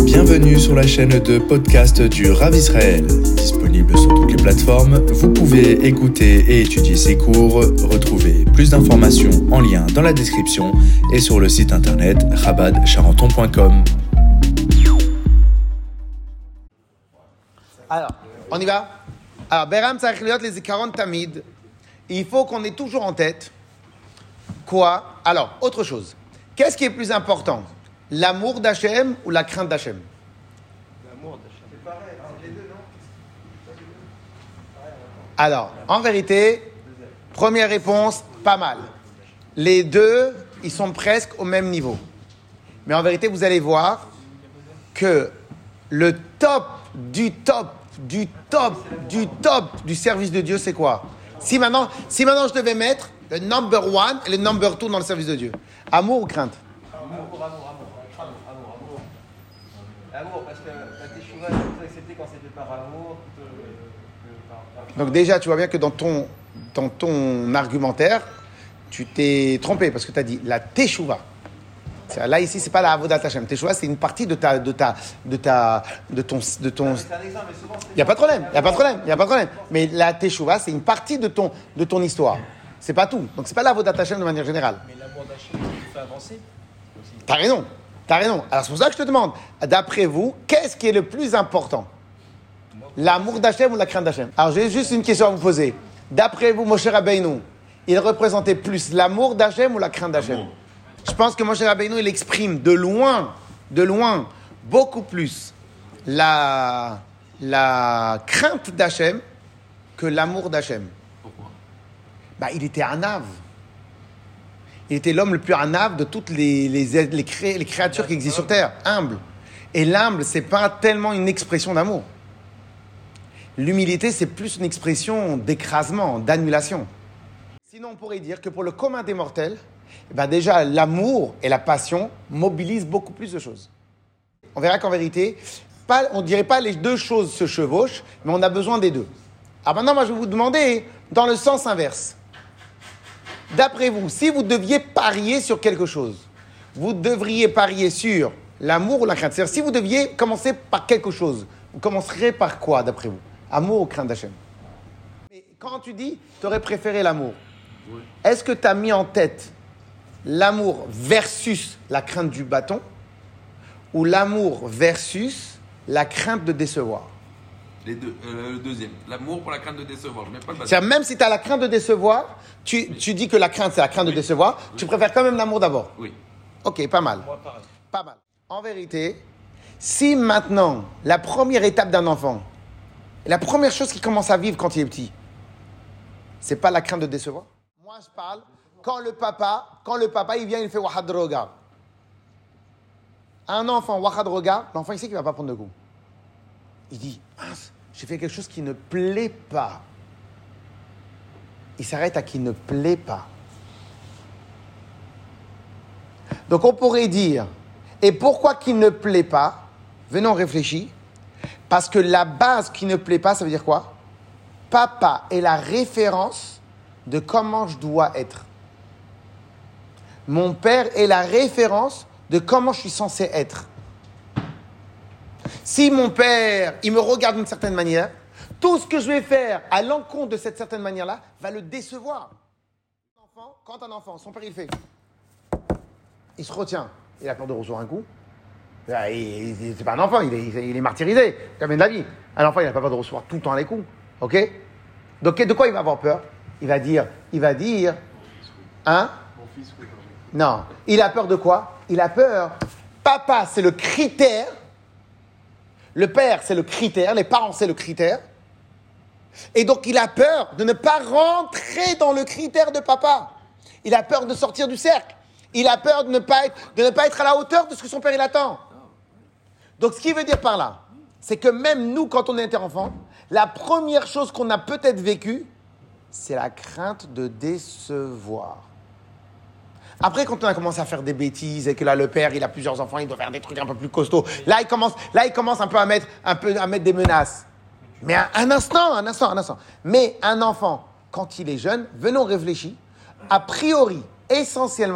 Bienvenue sur la chaîne de podcast du Rav Israël. Disponible sur toutes les plateformes, vous pouvez écouter et étudier ses cours. Retrouvez plus d'informations en lien dans la description et sur le site internet chabadcharenton.com. Alors, on y va. Alors, Beram Tzarich Liot les Zikaron Tamid. Il faut qu'on ait toujours en tête quoi? Alors, autre chose. Qu'est-ce qui est plus important? L'amour d'Hachem ou la crainte d'Hachem? L'amour d'Hachem. C'est pareil, c'est les deux, non? Alors, en vérité, première réponse, pas mal. Les deux, ils sont presque au même niveau. Mais en vérité, vous allez voir que le top du top du service de Dieu, c'est quoi? Si maintenant je devais mettre le number one et le number two dans le service de Dieu, amour ou crainte? Amour, parce que la teshuva est plus acceptée quand c'est fait par amour que par... Donc déjà, tu vois bien que dans ton argumentaire, tu t'es trompé parce que tu as dit la teshuva. Là ici, c'est pas la avodat Hashem. Teshuva, c'est une partie de ton. C'est un exemple, mais souvent Il y a pas de problème. Mais la teshuva, c'est une partie de ton histoire. C'est pas tout. Donc c'est pas la avodat Hashem de manière générale. Mais l'amour d'Hachem, il fait avancer. T'as raison. Alors c'est pour ça que je te demande, d'après vous, qu'est-ce qui est le plus important? L'amour d'Hachem ou la crainte d'Hachem? Alors j'ai juste une question à vous poser. D'après vous, Moshe Rabbeinu, il représentait plus l'amour d'Hachem ou la crainte d'Hachem? Je pense que Moshe Rabbeinu, il exprime de loin, beaucoup plus la crainte d'Hachem que l'amour d'Hachem. Pourquoi? Il était anav. Il était l'homme le plus anav de toutes les créatures qui existent sur Terre. Humble. Et l'humble, c'est pas tellement une expression d'amour. L'humilité, c'est plus une expression d'écrasement, d'annulation. Sinon, on pourrait dire que pour le commun des mortels, déjà, l'amour et la passion mobilisent beaucoup plus de choses. On verra qu'en vérité, on ne dirait pas les deux choses se chevauchent, mais on a besoin des deux. Alors maintenant, moi, je vais vous demander dans le sens inverse. D'après vous, si vous deviez parier sur quelque chose, vous devriez parier sur l'amour ou la crainte. C'est-à-dire, si vous deviez commencer par quelque chose, vous commencerez par quoi, d'après vous? Amour ou crainte d'Hachem? Mais quand tu dis, tu aurais préféré l'amour, oui. Est-ce que tu as mis en tête l'amour versus la crainte du bâton ou l'amour versus la crainte de décevoir? Les deux, le deuxième. L'amour pour la crainte de décevoir. Je mets pas le bâton. C'est-à-dire, même si tu as la crainte de décevoir, tu dis que la crainte, c'est la crainte de décevoir, tu préfères quand même l'amour d'abord? Oui. Ok, pas mal. Moi, pareil. Pas mal. En vérité, si maintenant, la première étape d'un enfant, la première chose qu'il commence à vivre quand il est petit, c'est pas la crainte de décevoir. Moi, je parle quand le papa, il vient, il fait wahad droga. Un enfant, wahad droga, l'enfant, il sait qu'il va pas prendre de coups. Il dit, mince, j'ai fait quelque chose qui ne plaît pas. Il s'arrête à qui ne plaît pas. Donc on pourrait dire, et pourquoi qui ne plaît pas? Venons réfléchir. Parce que la base qui ne plaît pas, ça veut dire quoi? Papa est la référence de comment je dois être. Mon père est la référence de comment je suis censé être. Si mon père, il me regarde d'une certaine manière, tout ce que je vais faire à l'encontre de cette certaine manière-là va le décevoir. Quand un enfant, son père, il fait, il se retient, il a peur de recevoir un coup. C'est pas un enfant, il est martyrisé, comme de la vie. Un enfant, il n'a pas peur de recevoir tout le temps les coups. Ok? Donc, de quoi il va avoir peur? Il va dire, hein? Mon fils, oui. Non. Il a peur de quoi? Il a peur. Papa, c'est le critère. Le père, c'est le critère. Les parents, c'est le critère. Et donc, il a peur de ne pas rentrer dans le critère de papa. Il a peur de sortir du cercle. Il a peur de ne pas être à la hauteur de ce que son père il attend. Donc, ce qui veut dire par là, c'est que même nous, quand on était enfant, la première chose qu'on a peut-être vécue, c'est la crainte de décevoir. Après, quand on a commencé à faire des bêtises et que là, le père, il a plusieurs enfants, il doit faire des trucs un peu plus costauds. Là, il commence un peu à mettre des menaces. Mais un instant. Mais un enfant, quand il est jeune, venons réfléchir. A priori, essentiellement,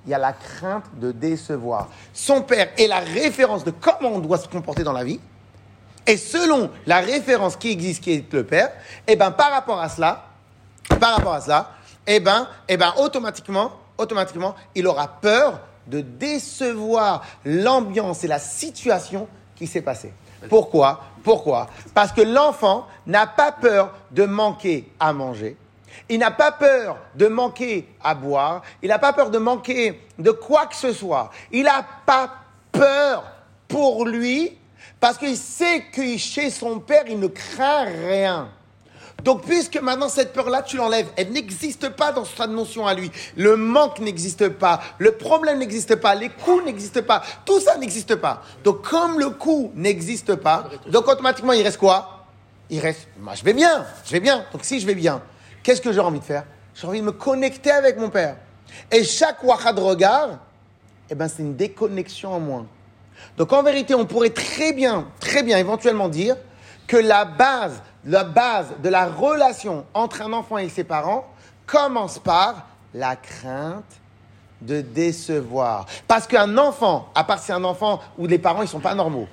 il y a la crainte de décevoir. Son père est la référence de comment on doit se comporter dans la vie. Et selon la référence qui existe, qui est le père, et ben par rapport à cela, et ben automatiquement, il aura peur de décevoir l'ambiance et la situation qui s'est passée. Pourquoi? Parce que l'enfant n'a pas peur de manquer à manger. Il n'a pas peur de manquer à boire. Il n'a pas peur de manquer de quoi que ce soit. Il n'a pas peur pour lui parce qu'il sait que chez son père, il ne craint rien. Donc, puisque maintenant cette peur-là, tu l'enlèves, elle n'existe pas dans sa notion à lui. Le manque n'existe pas, le problème n'existe pas, les coups n'existent pas, tout ça n'existe pas. Donc, comme le coup n'existe pas, donc automatiquement, il reste quoi? Il reste, moi je vais bien. Donc, si je vais bien, qu'est-ce que j'ai envie de faire? J'ai envie de me connecter avec mon père. Et chaque wacha de regard, c'est une déconnexion en moins. Donc, en vérité, on pourrait très bien, éventuellement dire que la base de la relation entre un enfant et ses parents commence par la crainte de décevoir. Parce qu'un enfant, à part si c'est un enfant où les parents, ils sont pas normaux,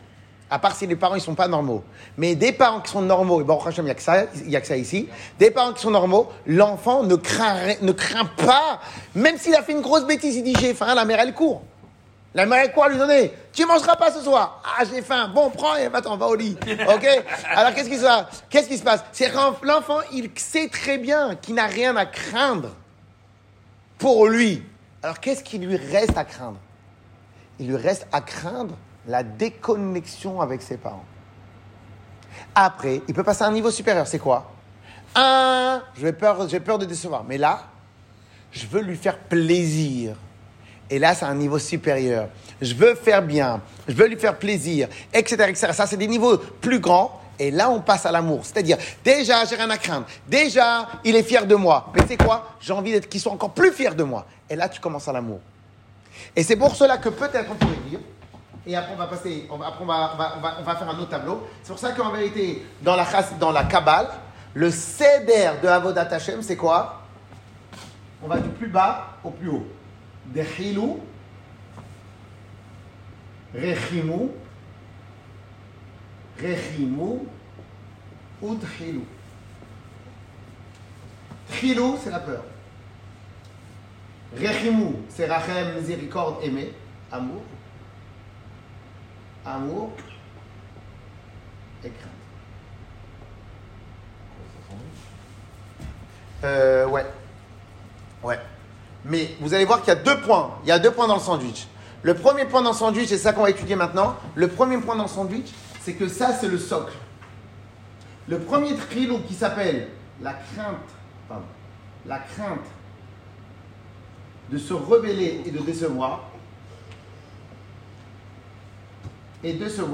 mais des parents qui sont normaux, et bon, il n'y a que ça ici, des parents qui sont normaux, l'enfant ne craint pas, même s'il a fait une grosse bêtise, il dit j'ai faim, la mère elle court. La mère elle court à lui donner. Tu ne mangeras pas ce soir. Ah, j'ai faim. Bon, prends et attends, va au lit. Ok? Alors, qu'est-ce qui se passe? C'est que l'enfant, il sait très bien qu'il n'a rien à craindre pour lui. Alors, qu'est-ce qui lui reste à craindre? Il lui reste à craindre la déconnexion avec ses parents. Après, il peut passer à un niveau supérieur. C'est quoi? J'ai peur de décevoir. Mais là, je veux lui faire plaisir. Et là, c'est un niveau supérieur. Je veux faire bien, je veux lui faire plaisir, etc. Ça, c'est des niveaux plus grands. Et là, on passe à l'amour. C'est-à-dire, déjà, j'ai rien à craindre. Déjà, il est fier de moi. Mais tu sais quoi? J'ai envie qu'il soit encore plus fier de moi. Et là, tu commences à l'amour. Et c'est pour cela que peut-être on pourrait dire, et après on va faire un autre tableau. C'est pour ça qu'en vérité, dans la Kabbale, le seder de Avodat Hashem, c'est quoi? On va du plus bas au plus haut. Dechilou, Rechimu, ou Tchilou. Tchilou, c'est la peur. Rechimu, c'est Rachem, miséricorde, aimer, amour. Amour et crainte. Ouais. Mais vous allez voir qu'il y a 2 points. Il y a 2 points dans le sandwich. Le premier point dans le sandwich, c'est ça qu'on va étudier maintenant. Le premier point dans le sandwich, c'est que ça, c'est le socle. Le premier trilou qui s'appelle la crainte de se rebeller et de décevoir. Et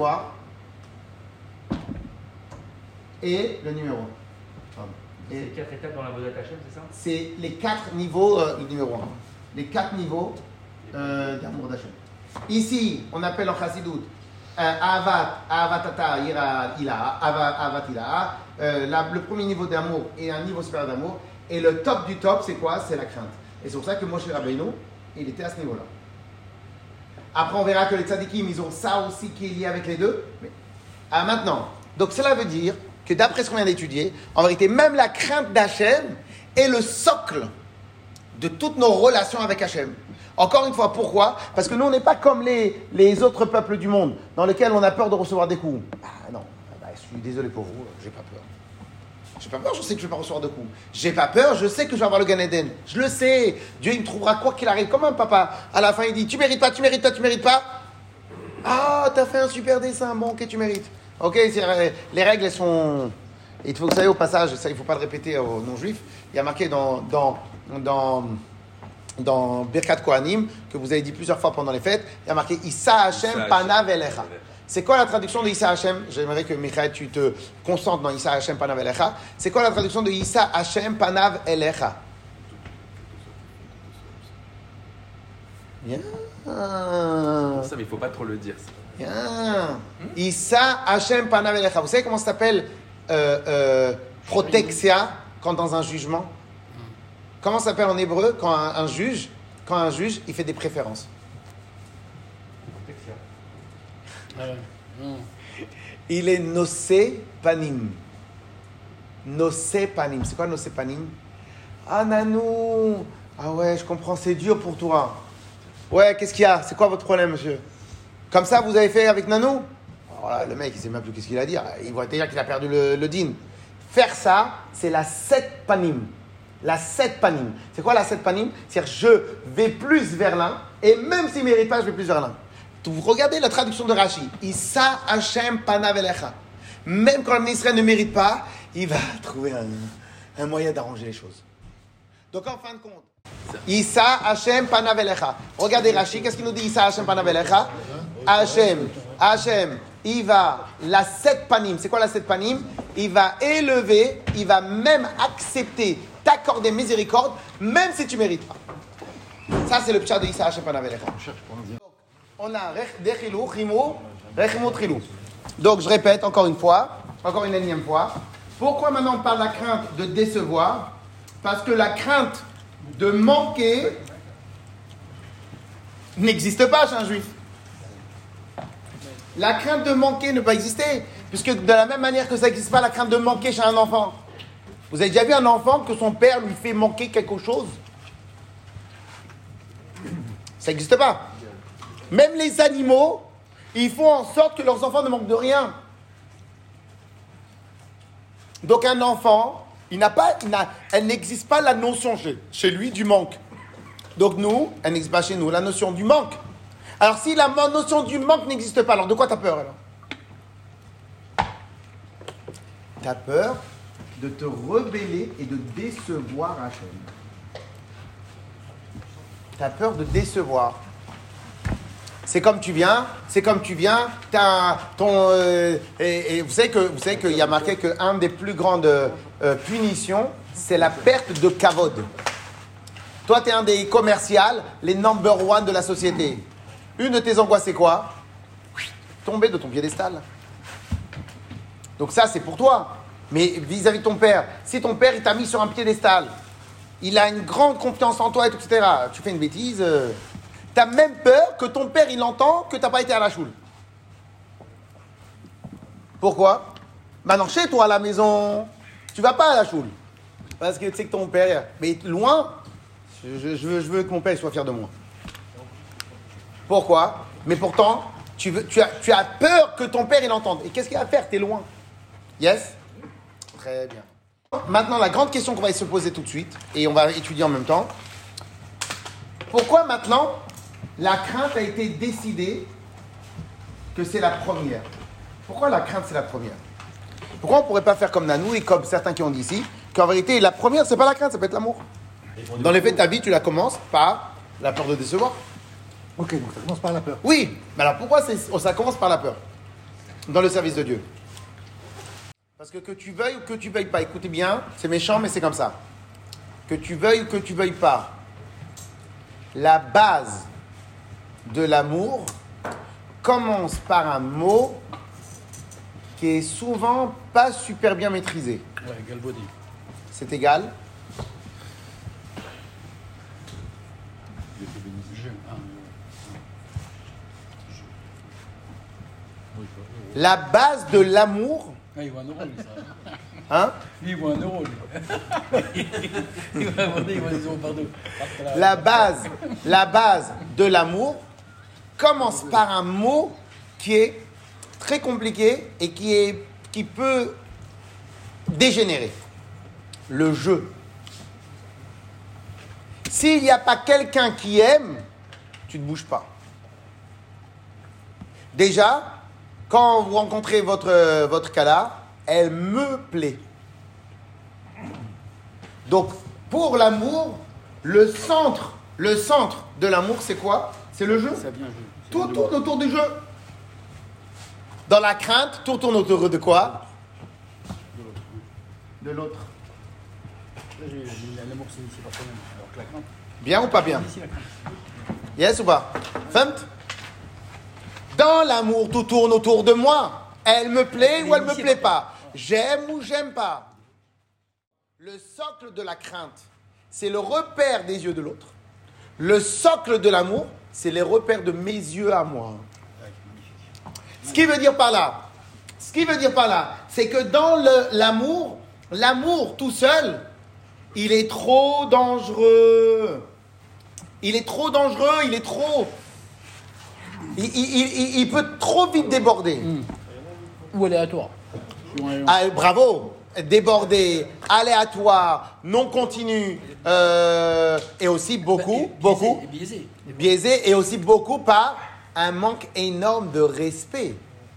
le numéro 1. C'est les 4 étapes dans la Avodat Hashem, c'est ça? C'est les 4 niveaux, le numéro 1. Les 4 niveaux d'amour d'Hachem. Ici, on appelle en Chassidut Avatata Ira Ila, Avat Ila. Le premier niveau d'amour est un niveau supérieur d'amour. Et le top du top, c'est quoi? C'est la crainte. Et c'est pour ça que Moshe Rabbeinu, il était à ce niveau-là. Après, on verra que les tzadikim, ils ont ça aussi qui est lié avec les deux. Mais, maintenant, donc cela veut dire que d'après ce qu'on vient d'étudier, en vérité, même la crainte d'Hachem est le socle de toutes nos relations avec Hachem. Encore une fois, pourquoi? Parce que nous, on n'est pas comme les autres peuples du monde, dans lesquels on a peur de recevoir des coups. Non, je suis désolé pour vous, j'ai pas peur. J'ai pas peur, je sais que je vais pas recevoir de coups. J'ai pas peur, je sais que je vais avoir le Gan Eden. Je le sais. Dieu, il me trouvera quoi qu'il arrive. Comme un papa, à la fin, il dit, tu mérites pas. Ah, t'as fait un super dessin, bon, ok, tu mérites. Ok, les règles, elles sont... Et vous savez, au passage, ça, il ne faut pas le répéter aux non-juifs, il y a marqué dans Birkat Kohanim, que vous avez dit plusieurs fois pendant les fêtes, il y a marqué Issa Hashem Panav Elecha. C'est quoi la traduction de Issa Hashem? J'aimerais que Michael, tu te concentres dans Issa Hashem Panav Elecha. C'est quoi la traduction de Issa Hashem Panav Elecha? Bien. Ça, mais il ne faut pas trop le dire. Bien. Issa Hashem Panav Elecha. Vous savez comment ça s'appelle protexia quand dans un jugement? Comment ça s'appelle en hébreu quand un juge quand un juge, il fait des préférences. Il est nosé panim. Nosé panim. C'est quoi nosé panim? Ah, Nanou. Ah ouais, je comprends, c'est dur pour toi. Ouais, qu'est-ce qu'il y a? C'est quoi votre problème, monsieur? Comme ça, vous avez fait avec Nanou? Alors là, le mec, il sait même plus qu'est-ce qu'il a à dire. Il va te dire qu'il a perdu le din. Faire ça, c'est la 7 panim. La 7 panim. C'est quoi la 7 panim? C'est-à-dire, je vais plus vers l'un, et même s'il ne mérite pas, je vais plus vers l'un. Vous regardez la traduction de Rashi. Issa Hashem panav elecha. Même quand le ministre ne mérite pas, il va trouver un moyen d'arranger les choses. Donc en fin de compte, Issa Hashem panav elecha. Regardez Rashi, qu'est-ce qu'il nous dit Issa Hashem panav elecha? Hashem, il va, la 7 panim, c'est quoi la 7 panim? Il va élever, il va même accepter, t'accorder miséricorde, même si tu ne mérites pas. Ça, c'est le pshat de Issa Hashem panav elecha. On a Rechilou, Chimou, Rechimou, Trilou. Donc, je répète encore une fois, encore une énième fois. Pourquoi maintenant on parle de la crainte de décevoir? Parce que la crainte de manquer n'existe pas chez un juif. La crainte de manquer ne peut pas exister. Puisque de la même manière que ça n'existe pas la crainte de manquer chez un enfant. Vous avez déjà vu un enfant que son père lui fait manquer quelque chose? Ça n'existe pas. Même les animaux, ils font en sorte que leurs enfants ne manquent de rien. Donc un enfant, elle n'existe pas la notion chez lui du manque. Donc nous, elle n'existe pas chez nous, la notion du manque. Alors si la notion du manque n'existe pas, alors de quoi tu as peur alors? Tu as peur de te rebeller et de décevoir Hachem. Tu as peur de décevoir. C'est comme tu viens, t'as ton... et vous savez qu'il y a marqué qu'une des plus grandes punitions, c'est la perte de kavod. Toi, tu es un des commerciaux, les number one de la société. Une de tes angoisses, c'est quoi? Tomber de ton piédestal. Donc ça, c'est pour toi. Mais vis-à-vis de ton père, si ton père, il t'a mis sur un piédestal, il a une grande confiance en toi, etc., tu fais une bêtise... Tu as même peur que ton père, il entend que tu n'as pas été à la choule. Pourquoi? Maintenant, chez toi, à la maison, tu ne vas pas à la choule. Parce que tu sais que ton père... Mais loin, je veux que mon père soit fier de moi. Pourquoi? Mais pourtant, tu as peur que ton père, il entende. Et qu'est-ce qu'il va faire? Tu es loin. Yes? Très bien. Maintenant, la grande question qu'on va se poser tout de suite, et on va étudier en même temps. Pourquoi maintenant... La crainte a été décidée que c'est la première. Pourquoi la crainte c'est la première? Pourquoi on ne pourrait pas faire comme Nanou et comme certains qui ont dit ici, qu'en vérité la première c'est pas la crainte, ça peut être l'amour. Dans les faits de ta vie, tu la commences par la peur de décevoir. Ok, donc ça commence par la peur. Oui, mais alors pourquoi ça commence par la peur dans le service de Dieu? Parce que tu veuilles ou que tu veuilles pas, écoutez bien, c'est méchant mais c'est comme ça. Que tu veuilles ou que tu veuilles pas, la base de l'amour commence par un mot qui est souvent pas super bien maîtrisé. Ouais, Galbody. C'est égal. La base de l'amour. Ah, il voit un euro, lui, ça. Hein? Lui, il voit un euro, lui. Il va demander, il voit les euros par deux. La base de l'amour commence par un mot qui est très compliqué et qui peut dégénérer. Le jeu. S'il n'y a pas quelqu'un qui aime, tu ne bouges pas. Déjà, quand vous rencontrez votre Kala, elle me plaît. Donc, pour l'amour, le centre de l'amour, c'est quoi? C'est le jeu. Ça vient jouer. Tout tourne autour du jeu. Dans la crainte, tout tourne autour de quoi? De l'autre. L'amour, c'est pas problème. Alors que la crainte. Bien ou pas bien? Ici, la crainte. Yes ou pas? Femt? Dans l'amour, tout tourne autour de moi. Elle me plaît ou elle me plaît pas? J'aime ou j'aime pas? Le socle de la crainte, c'est le repère des yeux de l'autre. Le socle de l'amour, c'est les repères de mes yeux à moi. Ce qui veut dire par là, c'est que dans l'amour tout seul, il est trop dangereux. Il peut trop vite déborder. Ou aléatoire. Ah, bravo. Déborder, aléatoire, non continu, et aussi beaucoup, biaisé, et aussi beaucoup par un manque énorme de respect.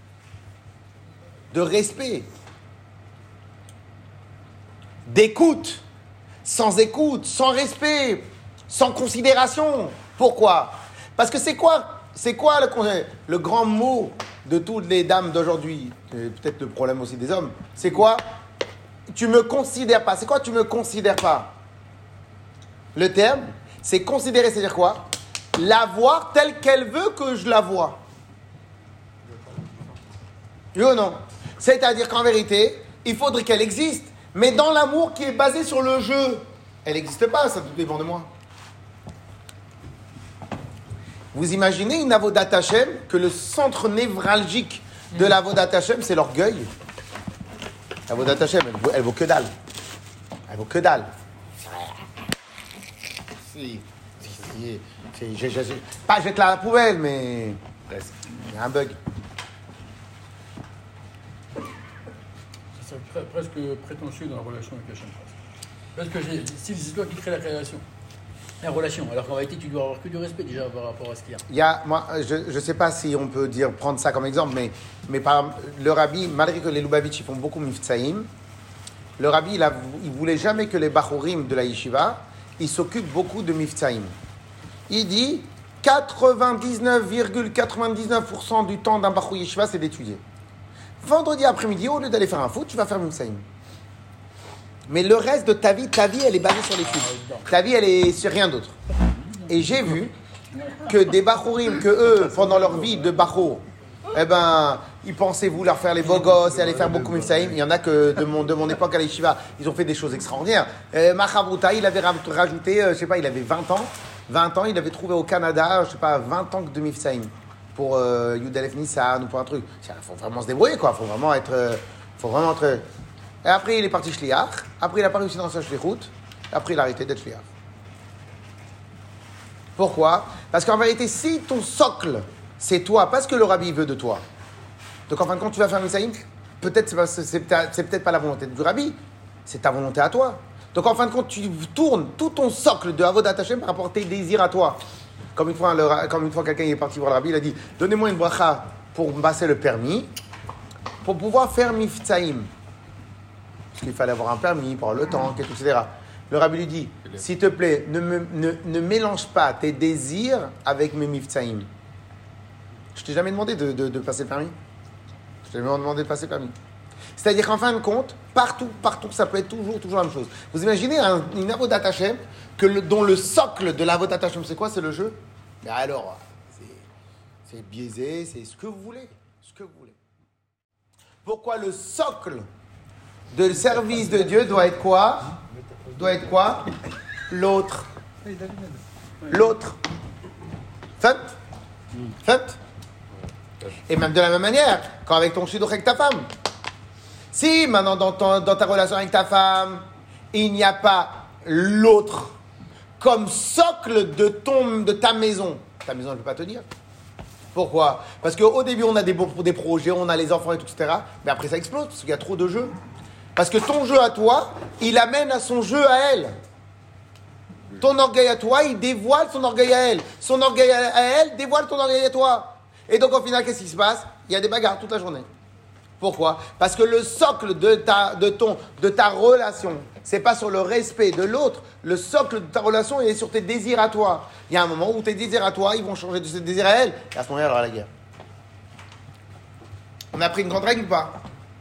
D'écoute, sans respect, sans considération. Pourquoi? Parce que c'est quoi le grand mot de toutes les dames d'aujourd'hui, et peut-être le problème aussi des hommes, c'est quoi? Tu me considères pas. C'est quoi tu me considères pas? Le terme, c'est considérer, c'est-à-dire quoi? La voir telle qu'elle veut que je la vois. Oui ou non? C'est-à-dire qu'en vérité, il faudrait qu'elle existe. Mais dans l'amour qui est basé sur le jeu, elle n'existe pas, ça tout dépend de moi. Vous imaginez une Avodat Hashem, que le centre névralgique de l'Avodat Hashem, c'est l'orgueil. L'Avodat Hashem, elle vaut que dalle. Pas jette-la à la poubelle, mais presque. Il y a un bug. C'est presque prétentieux dans la relation avec Hachem. Parce que c'est toi qui crée la création. La relation, alors qu'en réalité, tu dois avoir que du respect déjà par rapport à ce qu'il y a. Moi, je ne sais pas si on peut prendre ça comme exemple, mais le rabbi, malgré que les Lubavitch font beaucoup miftsaïm, le rabbi, il voulait jamais que les Bachurim de la yeshiva, ils s'occupent beaucoup de miftsaïm. Il dit 99,99% du temps d'un Bachur yeshiva, c'est d'étudier. Vendredi après-midi, au lieu d'aller faire un foot, tu vas faire miftsaïm. Mais le reste de ta vie, elle est basée sur l'étude. Ta vie, elle est sur rien d'autre. Et j'ai vu que des Bachurim, que eux, pendant leur vie de Bachur, ils pensaient vouloir faire les beaux gosses et aller faire beaucoup mifsaïm. Il y en a que de mon époque à l'Yeshiva, ils ont fait des choses extraordinaires. Machabruta, il avait rajouté, il avait 20 ans. 20 ans, il avait trouvé au Canada, 20 ans de mifsaïm. Pour Yudalef Nissan ou pour un truc. Il faut vraiment se débrouiller, quoi. Faut vraiment être... Et après, il est parti shliach. Après, il n'a pas réussi dans sa shlichut. Après, il a arrêté d'être shliach. Pourquoi? Parce qu'en vérité, si ton socle, c'est toi, parce que le rabbi veut de toi. Donc, en fin de compte, tu vas faire Misaïm, peut-être c'est peut-être pas la volonté du rabbi, c'est ta volonté à toi. Donc, en fin de compte, tu tournes tout ton socle de Avodat Hashem par rapport à tes désirs à toi. Comme une fois, quelqu'un est parti voir le rabbi, il a dit « Donnez-moi une bracha pour me passer le permis, pour pouvoir faire Miftaïm. » Parce qu'il fallait avoir un permis, pour avoir le temps, etc. Le rabbi lui dit « S'il te plaît, ne mélange pas tes désirs avec mes Miftaïm. » Je t'ai jamais demandé de passer le permis. Je t'ai jamais demandé de passer le permis. C'est-à-dire qu'en fin de compte, partout, ça peut être toujours la même chose. Vous imaginez une Avodat Hashem dont le socle de l'Avodat Hashem, c'est quoi? C'est le jeu. Mais alors, c'est biaisé, c'est ce que vous voulez. Pourquoi le socle de service de Dieu doit être quoi? L'autre. Fait. Et même de la même manière, quand avec ton shidduch avec ta femme. Si maintenant dans ta relation avec ta femme, il n'y a pas l'autre comme socle de ta maison, elle ne peut pas te dire. Pourquoi? Parce qu'au début, on a des projets, on a les enfants et tout, etc. Mais après, ça explose parce qu'il y a trop de jeux. Parce que ton jeu à toi, il amène à son jeu à elle. Ton orgueil à toi, il dévoile son orgueil à elle. Son orgueil à elle dévoile ton orgueil à toi. Et donc, au final, qu'est-ce qui se passe? Il y a des bagarres toute la journée. Pourquoi? Parce que le socle de ta relation, c'est pas sur le respect de l'autre. Le socle de ta relation, il est sur tes désirs à toi. Il y a un moment où tes désirs à toi, ils vont changer de ses désirs à elle. Et à ce moment-là, il y aura la guerre. On a pris une grande règle ou pas?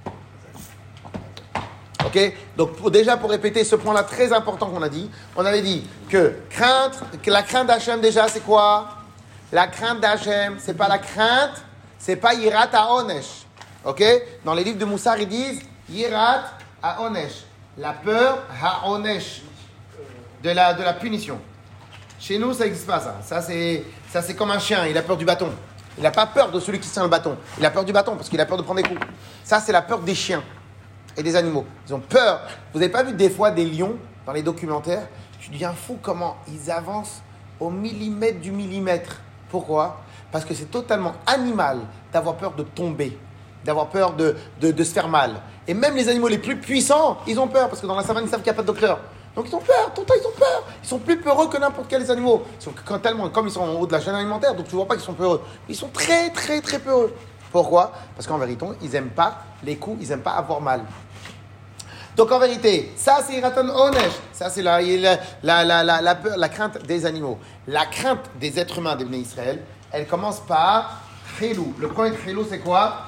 Ok? Donc, pour répéter ce point-là très important qu'on a dit, on avait dit que la crainte d'Hachem, déjà, c'est quoi? La crainte d'Hachem, c'est pas la crainte, c'est pas Yirat HaOnesh. Ok? Dans les livres de Moussar, ils disent Yirat HaOnesh. La peur HaOnesh. De la punition. Chez nous, ça n'existe pas, ça. Ça, c'est comme un chien, il a peur du bâton. Il n'a pas peur de celui qui tient le bâton. Il a peur du bâton parce qu'il a peur de prendre des coups. Ça, c'est la peur des chiens et des animaux. Ils ont peur. Vous n'avez pas vu des fois des lions dans les documentaires? Tu deviens fou comment ils avancent au millimètre du millimètre. Pourquoi? Parce que c'est totalement animal d'avoir peur de tomber, d'avoir peur de se faire mal. Et même les animaux les plus puissants, ils ont peur parce que dans la savane, ils savent qu'il n'y a pas de docteur. Donc ils ont peur, tout le temps ils ont peur. Ils sont plus peureux que n'importe quels animaux. Comme ils sont en haut de la chaîne alimentaire, donc tu vois pas qu'ils sont peureux. Ils sont très très très peureux. Pourquoi? Parce qu'en vérité, ils n'aiment pas les coups, ils n'aiment pas avoir mal. Donc en vérité, ça c'est Iratan Onesh. Ça c'est la peur, la crainte des animaux. La crainte des êtres humains des Bnei Israël, elle commence par Chilou. Le premier Chilou c'est quoi?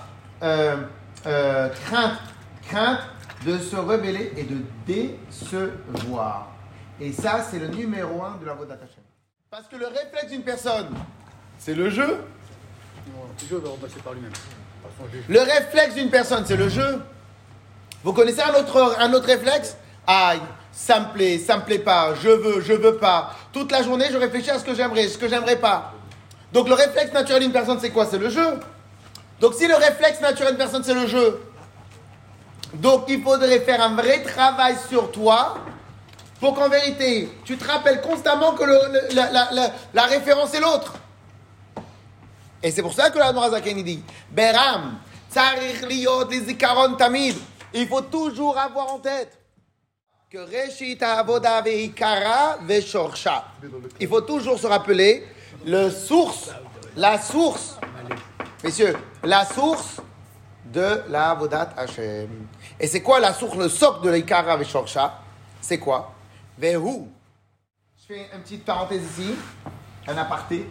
Crainte de se rebeller et de décevoir. Et ça, c'est le numéro 1 de la Avodat Hashem. Parce que le réflexe d'une personne, c'est le jeu. Le jeu va repasser par lui-même. Le réflexe d'une personne, c'est le jeu. Vous connaissez un autre réflexe? Aïe, ça me plaît pas, je veux pas. Toute la journée, je réfléchis à ce que j'aimerais pas. Donc le réflexe naturel d'une personne, c'est quoi? C'est le jeu. Donc si le réflexe naturel d'une personne, c'est le jeu, donc il faudrait faire un vrai travail sur toi pour qu'en vérité, tu te rappelles constamment que la référence est l'autre. Et c'est pour ça que l'Admor HaZaken dit Beram, tzarich liyot lizikaron tamid. Il faut toujours avoir en tête que Reshit ha'avoda ve'ikara ve'shorsha. Il faut toujours se rappeler la source, messieurs, la source de la Avodat Hashem. Et c'est quoi la source, le socle de l'Ikara ve'shorsha? C'est quoi? Vehu. Je fais une petite parenthèse ici, un aparté.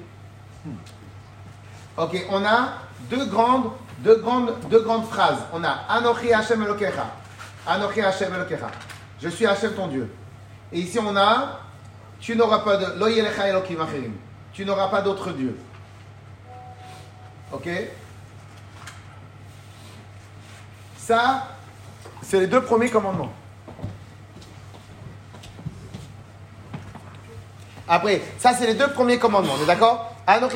Ok, on a deux grandes phrases. On a Anochi Hashem Elokecha. Anochi Hashem Elokecha. Je suis Hashem ton Dieu. Et ici on a tu n'auras pas de Lo yelecha Elokim acherim. Tu n'auras pas d'autre Dieu. Ok? Ça, c'est les deux premiers commandements. Après, ça, c'est les deux premiers commandements. On est d'accord?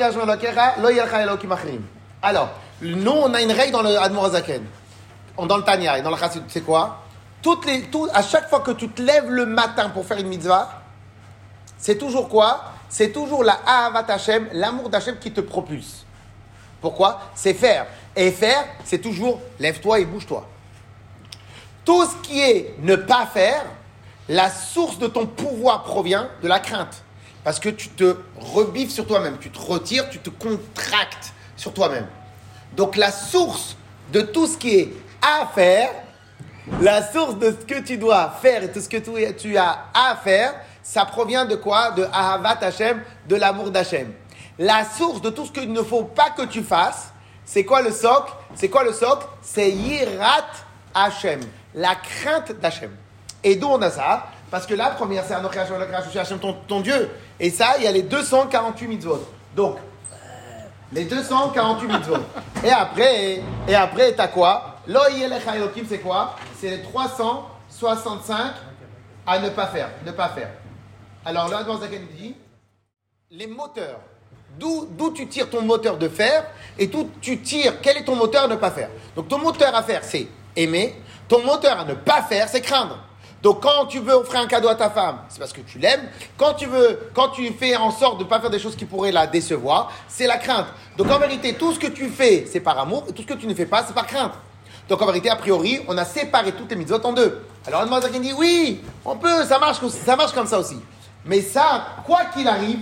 Alors, nous, on a une règle dans le Admor HaZaken, dans le Tanya et dans le Chassid. C'est quoi? À chaque fois que tu te lèves le matin pour faire une mitzvah, c'est toujours quoi? C'est toujours la Ahavat Hashem, l'amour d'Hashem qui te propulse. Pourquoi? C'est faire. Et faire, c'est toujours lève-toi et bouge-toi. Tout ce qui est ne pas faire, la source de ton pouvoir provient de la crainte. Parce que tu te rebiffes sur toi-même, tu te retires, tu te contractes sur toi-même. Donc la source de tout ce qui est à faire, la source de ce que tu dois faire et tout ce que tu as à faire, ça provient de quoi? De Ahavat Hashem, de l'amour d'Hashem. La source de tout ce qu'il ne faut pas que tu fasses, c'est quoi le socle? C'est Yirat Hashem, la crainte d'Hashem. Et d'où on a ça? Parce que la première, c'est Anochi Hashem, ton Dieu. Et ça, il y a les 248 mitzvot. Donc, les 248 mitzvot. Et après, t'as quoi? Lo yelecha Elokim, c'est quoi? C'est les 365 à ne pas faire. Alors, là, dans Zaken dit, les moteurs. D'où tu tires ton moteur de faire et d'où tu tires, quel est ton moteur à ne pas faire. Donc, ton moteur à faire, c'est aimer. Ton moteur à ne pas faire, c'est craindre. Donc, quand tu veux offrir un cadeau à ta femme, c'est parce que tu l'aimes. Quand tu fais en sorte de ne pas faire des choses qui pourraient la décevoir, c'est la crainte. Donc, en vérité, tout ce que tu fais, c'est par amour. Et tout ce que tu ne fais pas, c'est par crainte. Donc, en vérité, a priori, on a séparé toutes les mitzvot en deux. Alors, le Mazak dit, oui, on peut, ça marche comme ça aussi. Mais ça, quoi qu'il arrive,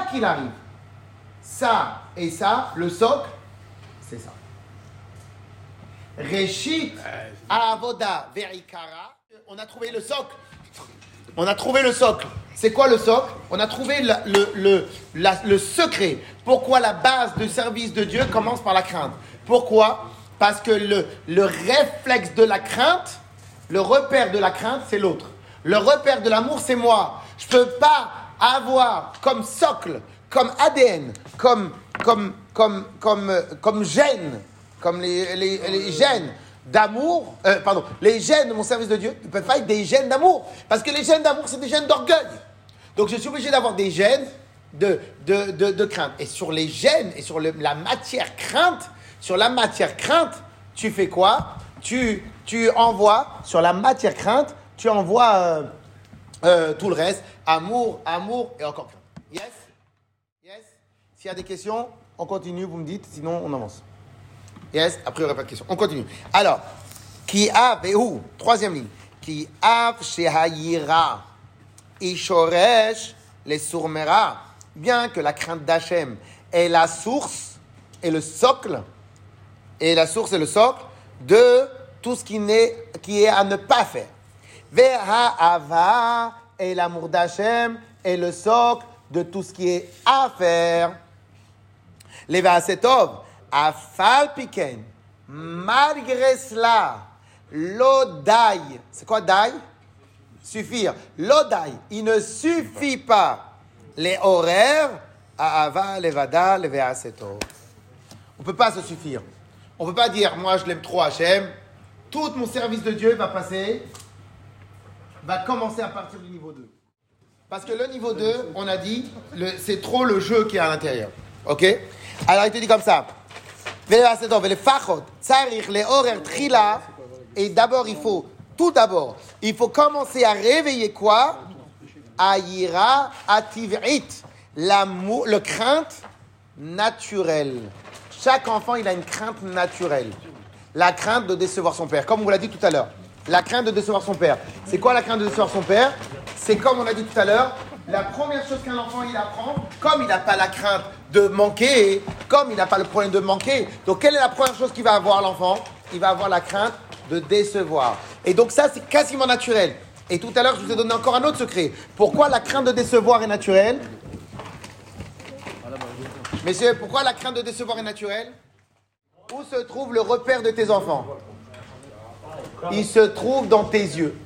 ça et ça, le socle, c'est ça. Reshit, Avoda, Verikara. On a trouvé le socle. C'est quoi le socle? On a trouvé le secret. Pourquoi la base du service de Dieu commence par la crainte? Pourquoi? Parce que le réflexe de la crainte, le repère de la crainte, c'est l'autre. Le repère de l'amour, c'est moi. Je ne peux pas avoir comme socle, comme ADN, comme gène, comme les gènes d'amour, les gènes de mon service de Dieu ne peuvent pas être des gènes d'amour. Parce que les gènes d'amour, c'est des gènes d'orgueil. Donc je suis obligé d'avoir des gènes de crainte. Et sur les gènes et sur la matière crainte, tu fais quoi? Tu envoies, sur la matière crainte, tu envoies tout le reste. Amour et encore crainte. Yes? S'il y a des questions, on continue, vous me dites, sinon on avance. Yes? Après, il n'y aura pas de questions. On continue. Alors, qui a, troisième ligne. Qui a shehayira ishoresh les sourmera. Bien que la crainte d'Hachem est la source et le socle, de tout ce qui est à ne pas faire. Ve'ha'ava et l'amour d'Hachem est le socle de tout ce qui est à faire. Les Ve'asetov, afal piken, malgré cela, l'odai, c'est quoi dai? Suffire. L'odai, il ne suffit pas les horaires à ava, levada, les Ve'asetov. On ne peut pas se suffire. On ne peut pas dire, moi je l'aime trop Hachem, tout mon service de Dieu va commencer à partir du niveau 2. Parce que le niveau 2, on a dit, c'est trop le jeu qui est à l'intérieur. Ok? Alors il te dit comme ça. Et d'abord, il faut commencer à réveiller quoi? Ayira ativrit. Le crainte naturelle. Chaque enfant, il a une crainte naturelle. La crainte de décevoir son père. Comme on vous l'a dit tout à l'heure. La crainte de décevoir son père. C'est quoi la crainte de décevoir son père? C'est comme on a dit tout à l'heure, la première chose qu'un enfant il apprend, comme il n'a pas la crainte de manquer, comme il n'a pas le problème de manquer, donc quelle est la première chose qu'il va avoir l'enfant? Il va avoir la crainte de décevoir. Et donc ça, c'est quasiment naturel. Et tout à l'heure, je vous ai donné encore un autre secret. Pourquoi la crainte de décevoir est naturelle? Messieurs, pourquoi la crainte de décevoir est naturelle? Où se trouve le repère de tes enfants? Il se trouve dans tes yeux.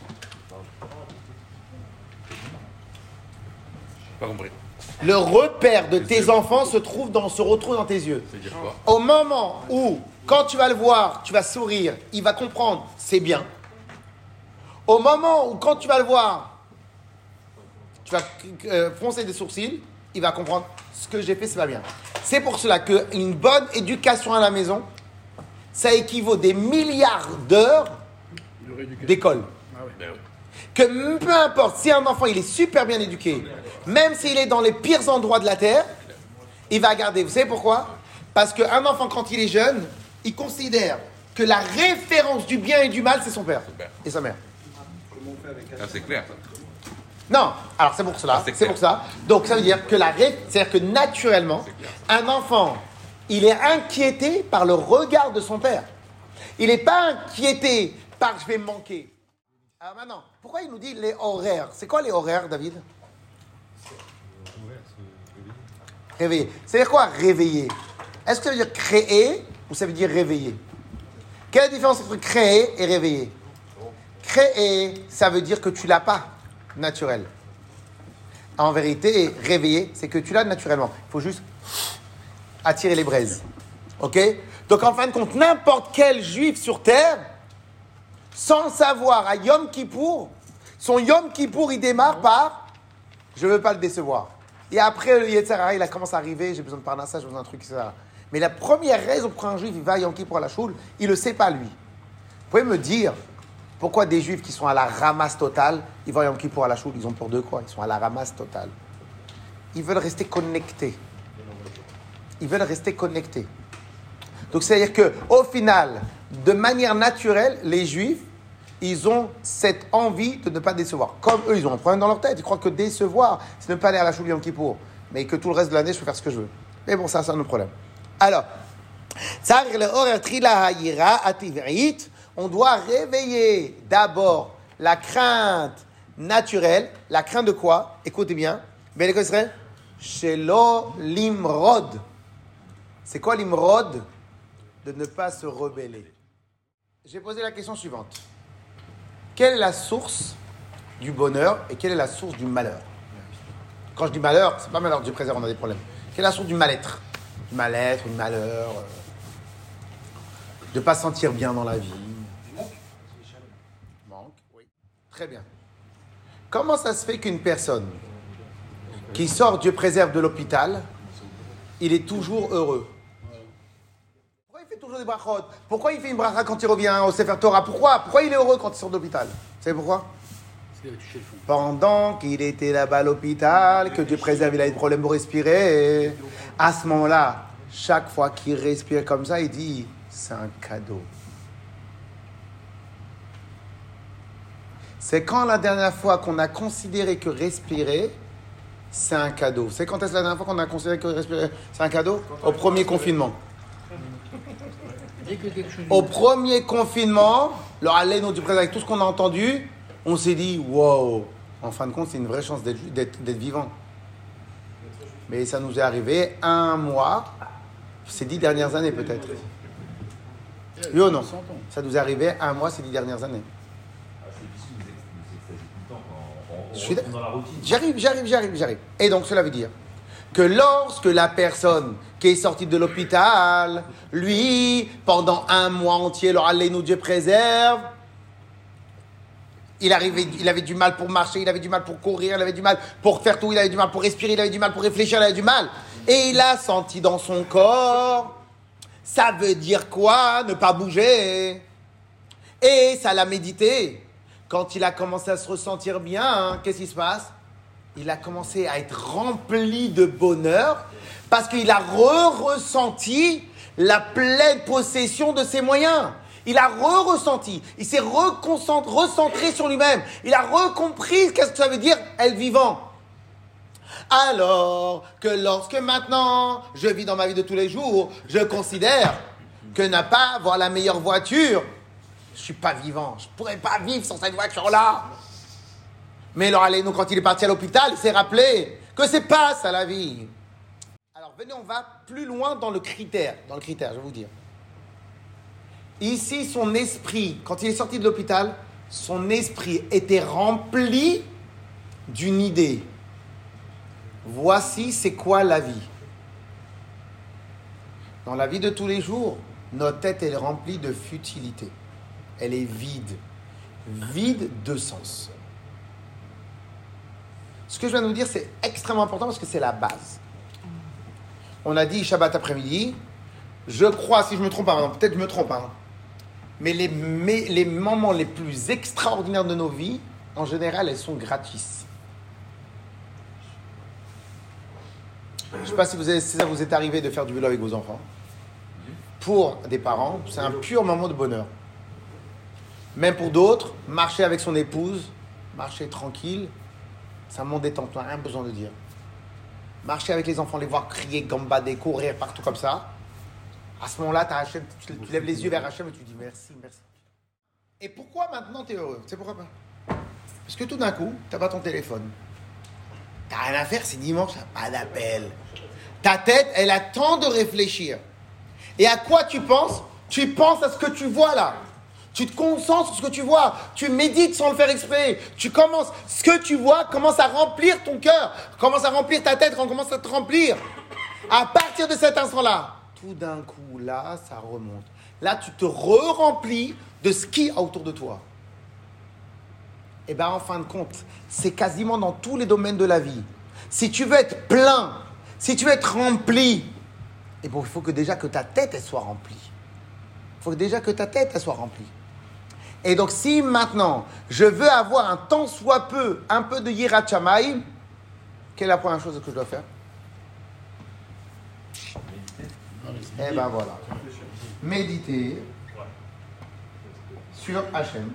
Pas compris. Le repère de tes enfants se retrouve dans tes yeux. C'est dire quoi? Au moment où, quand tu vas le voir, tu vas sourire, il va comprendre, c'est bien. Au moment où, quand tu vas le voir, tu vas froncer des sourcils, il va comprendre, ce que j'ai fait, c'est pas bien. C'est pour cela qu'une bonne éducation à la maison, ça équivaut des milliards d'heures d'école. Ben oui. Que peu importe, si un enfant il est super bien éduqué, même s'il est dans les pires endroits de la terre, il va garder. Vous savez pourquoi? Parce qu'un enfant, quand il est jeune, il considère que la référence du bien et du mal, c'est son père et sa mère. Ah, c'est clair. Non, alors c'est pour cela. C'est pour ça. Donc ça veut dire que c'est-à-dire que naturellement, un enfant, il est inquiété par le regard de son père. Il n'est pas inquiété par je vais me manquer. Alors maintenant, pourquoi il nous dit les horaires? C'est quoi les horaires, David? Réveiller. Ça veut dire quoi, réveiller? Est-ce que ça veut dire créer ou ça veut dire réveiller? Quelle est la différence entre créer et réveiller? Créer, ça veut dire que tu l'as pas naturel. En vérité, réveiller, c'est que tu l'as naturellement. Il faut juste attirer les braises. Ok? Donc en fin de compte, n'importe quel juif sur terre, sans le savoir, à Yom Kippour, son Yom Kippour, il démarre par « je ne veux pas le décevoir ». Et après, le Yetzer Hara, il commence à arriver, j'ai besoin de parnassa, j'ai besoin d'un truc, etc. Mais la première raison pour un juif, il va à Yom Kippour à la choule, il ne le sait pas, lui. Vous pouvez me dire pourquoi des juifs qui sont à la ramasse totale, ils vont à Yom Kippour à la choule, ils ont peur de quoi? Ils sont à la ramasse totale. Ils veulent rester connectés. Donc, c'est-à-dire qu'au final, de manière naturelle, les juifs, ils ont cette envie de ne pas décevoir. Comme eux, ils ont un problème dans leur tête. Ils croient que décevoir, c'est ne pas aller à la choule Yom Kippour. Mais que tout le reste de l'année, je peux faire ce que je veux. Mais bon, ça, c'est un autre problème. Alors, on doit réveiller d'abord la crainte naturelle. La crainte de quoi? Écoutez bien. Shelo limrod. C'est quoi l'imrod? De ne pas se rebeller. J'ai posé la question suivante. Quelle est la source du bonheur et quelle est la source du malheur? Quand je dis malheur, c'est pas malheur, Dieu préserve, on a des problèmes. Quelle est la source du mal-être? Du mal-être, du malheur, de ne pas se sentir bien dans la vie. Manque, oui. Très bien. Comment ça se fait qu'une personne qui sort, Dieu préserve, de l'hôpital, il est toujours heureux. Pourquoi il fait toujours des brachot? Pourquoi il fait une bracha quand il revient au Sefer Torah? Pourquoi il est heureux quand il sort de l'hôpital? Vous savez pourquoi? Pendant qu'il était là-bas à l'hôpital, que Dieu préserve, il a des problèmes pour respirer. À ce moment-là, chaque fois qu'il respire comme ça, il dit, c'est un cadeau. C'est quand la dernière fois qu'on a considéré que respirer, c'est un cadeau. C'est quand est-ce la dernière fois qu'on a considéré que respirer, c'est un cadeau? Au premier confinement. Au premier confinement, le Alléno du président, avec tout ce qu'on a entendu, on s'est dit, wow, en fin de compte, c'est une vraie chance d'être vivant. Mais ça nous est arrivé 1 mois, ces 10 dernières années peut-être. Oui ou non? Ça nous est arrivé 1 mois ces 10 dernières années. J'arrive. Et donc, cela veut dire que lorsque la personne qui est sortie de l'hôpital, lui, pendant 1 mois entier, alors Alléno, Dieu préserve, il avait du mal pour marcher, il avait du mal pour courir, il avait du mal pour faire tout, il avait du mal pour respirer, il avait du mal pour réfléchir, il avait du mal. Et il a senti dans son corps, ça veut dire quoi? Ne pas bouger. Et ça l'a médité. Quand il a commencé à se ressentir bien, qu'est-ce qui se passe? Il a commencé à être rempli de bonheur parce qu'il a ressenti la pleine possession de ses moyens. Il a ressenti. Il s'est recentré sur lui-même. Il a recompris qu'est-ce que ça veut dire être vivant. Alors que lorsque maintenant je vis dans ma vie de tous les jours, je considère que n'a pas avoir la meilleure voiture, je suis pas vivant. Je pourrais pas vivre sans cette voiture-là. Mais alors, allez, nous, quand il est parti à l'hôpital, il s'est rappelé que c'est pas ça la vie. Alors, venez, on va plus loin dans le critère. Dans le critère, je vais vous dire. Ici, son esprit, quand il est sorti de l'hôpital, son esprit était rempli d'une idée. Voici, c'est quoi la vie. Dans la vie de tous les jours, notre tête, elle est remplie de futilité. Elle est vide. Vide de sens. Ce que je viens de vous dire, c'est extrêmement important parce que c'est la base. On a dit Shabbat après-midi. Je crois, si je me trompe pas, peut-être je me trompe, mais les moments les plus extraordinaires de nos vies, en général, elles sont gratis. Je ne sais pas si ça vous est arrivé de faire du vélo avec vos enfants. Pour des parents, c'est un pur moment de bonheur. Même pour d'autres, marcher avec son épouse, marcher tranquille, c'est un moment détente, rien besoin de dire. Marcher avec les enfants, les voir crier, gambader, courir partout comme ça. À ce moment-là, Hachem, tu lèves les yeux vers Hachem et tu dis merci. Et pourquoi maintenant tu es heureux? C'est pourquoi pas? Parce que tout d'un coup, tu n'as pas ton téléphone. Tu n'as rien à faire, c'est dimanche, tu n'as pas d'appel. Ta tête, elle attend de réfléchir. Et à quoi tu penses? Tu penses à ce que tu vois là. Tu te concentres sur ce que tu vois. Tu médites sans le faire exprès. Ce que tu vois commence à remplir ton cœur, commence à remplir ta tête, commence à te remplir. À partir de cet instant-là, tout d'un coup, là, ça remonte. Là, tu te remplis de ce qu'il y a autour de toi. Et bien, en fin de compte, c'est quasiment dans tous les domaines de la vie. Si tu veux être plein, si tu veux être rempli, il faut que déjà que ta tête, elle soit remplie. Il faut déjà que ta tête, elle soit remplie. Et donc, si maintenant, je veux avoir un tant soit peu, un peu de Yirat Shamayim, quelle est la première chose que je dois faire? Eh bien voilà. Méditer sur Hachem.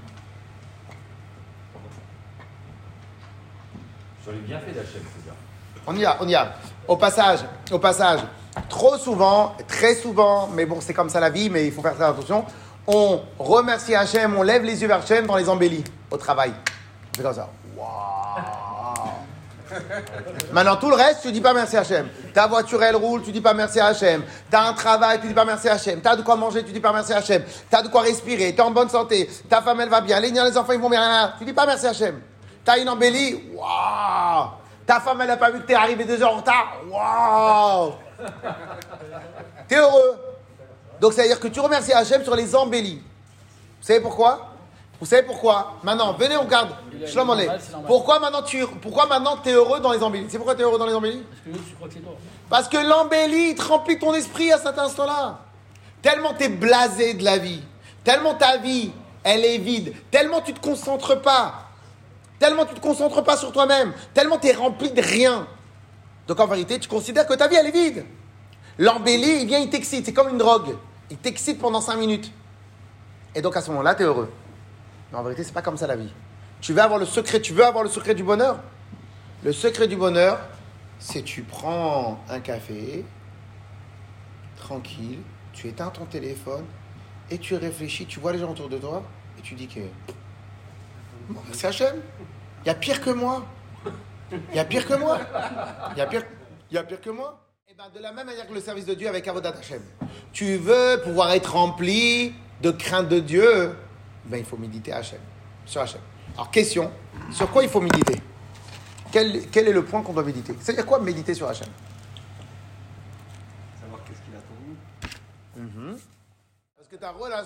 Sur les bienfaits d'Hachem, c'est bien. On y va. Au passage, trop souvent, très souvent, mais bon, c'est comme ça la vie, mais il faut faire très attention. On remercie Hachem, on lève les yeux vers Hachem dans les embellis, au travail. C'est comme ça. Waouh! Maintenant, tout le reste, tu dis pas merci Hachem. Ta voiture, elle roule, tu dis pas merci Hachem. T'as un travail, tu dis pas merci Hachem. T'as de quoi manger, tu dis pas merci Hachem. T'as de quoi respirer, t'es en bonne santé. Ta femme, elle va bien. Les enfants, ils vont bien. Tu dis pas merci Hachem. T'as une embellie, waouh! Ta femme, elle n'a pas vu que t'es arrivé 2 heures en retard, waouh! T'es heureux. Donc, ça veut dire que tu remercies Hachem sur les embellis. Vous savez pourquoi? Vous savez pourquoi? Maintenant, venez, on regarde. Shlomo Lé. Pourquoi maintenant tu es heureux dans les embellis? C'est pourquoi tu es heureux dans les embellis? Parce que tu crois que c'est toi. Parce que l'embellie, il te remplit ton esprit à cet instant-là. Tellement tu es blasé de la vie. Tellement ta vie, elle est vide. Tellement tu ne te concentres pas. Tellement tu ne te concentres pas sur toi-même. Tellement tu es rempli de rien. Donc en vérité, tu considères que ta vie, elle est vide. L'embellie, il vient, il t'excite. C'est comme une drogue. Il t'excite pendant 5 minutes. Et donc à ce moment-là, tu es heureux. Mais en vérité, c'est pas comme ça la vie. Tu veux avoir le secret du bonheur? Le secret du bonheur, c'est tu prends un café, tranquille, tu éteins ton téléphone et tu réfléchis, tu vois les gens autour de toi et tu dis que c'est Hachem. Il y a pire que moi. Il y a pire que moi. Et bien de la même manière que le service de Dieu avec Avodat Hachem. Tu veux pouvoir être rempli de crainte de Dieu, ben il faut méditer sur Hachem. Alors question, sur quoi il faut méditer? Quel est le point qu'on doit méditer? C'est-à-dire quoi méditer sur Hachem? Savoir qu'est-ce qu'il a pour nous. Parce que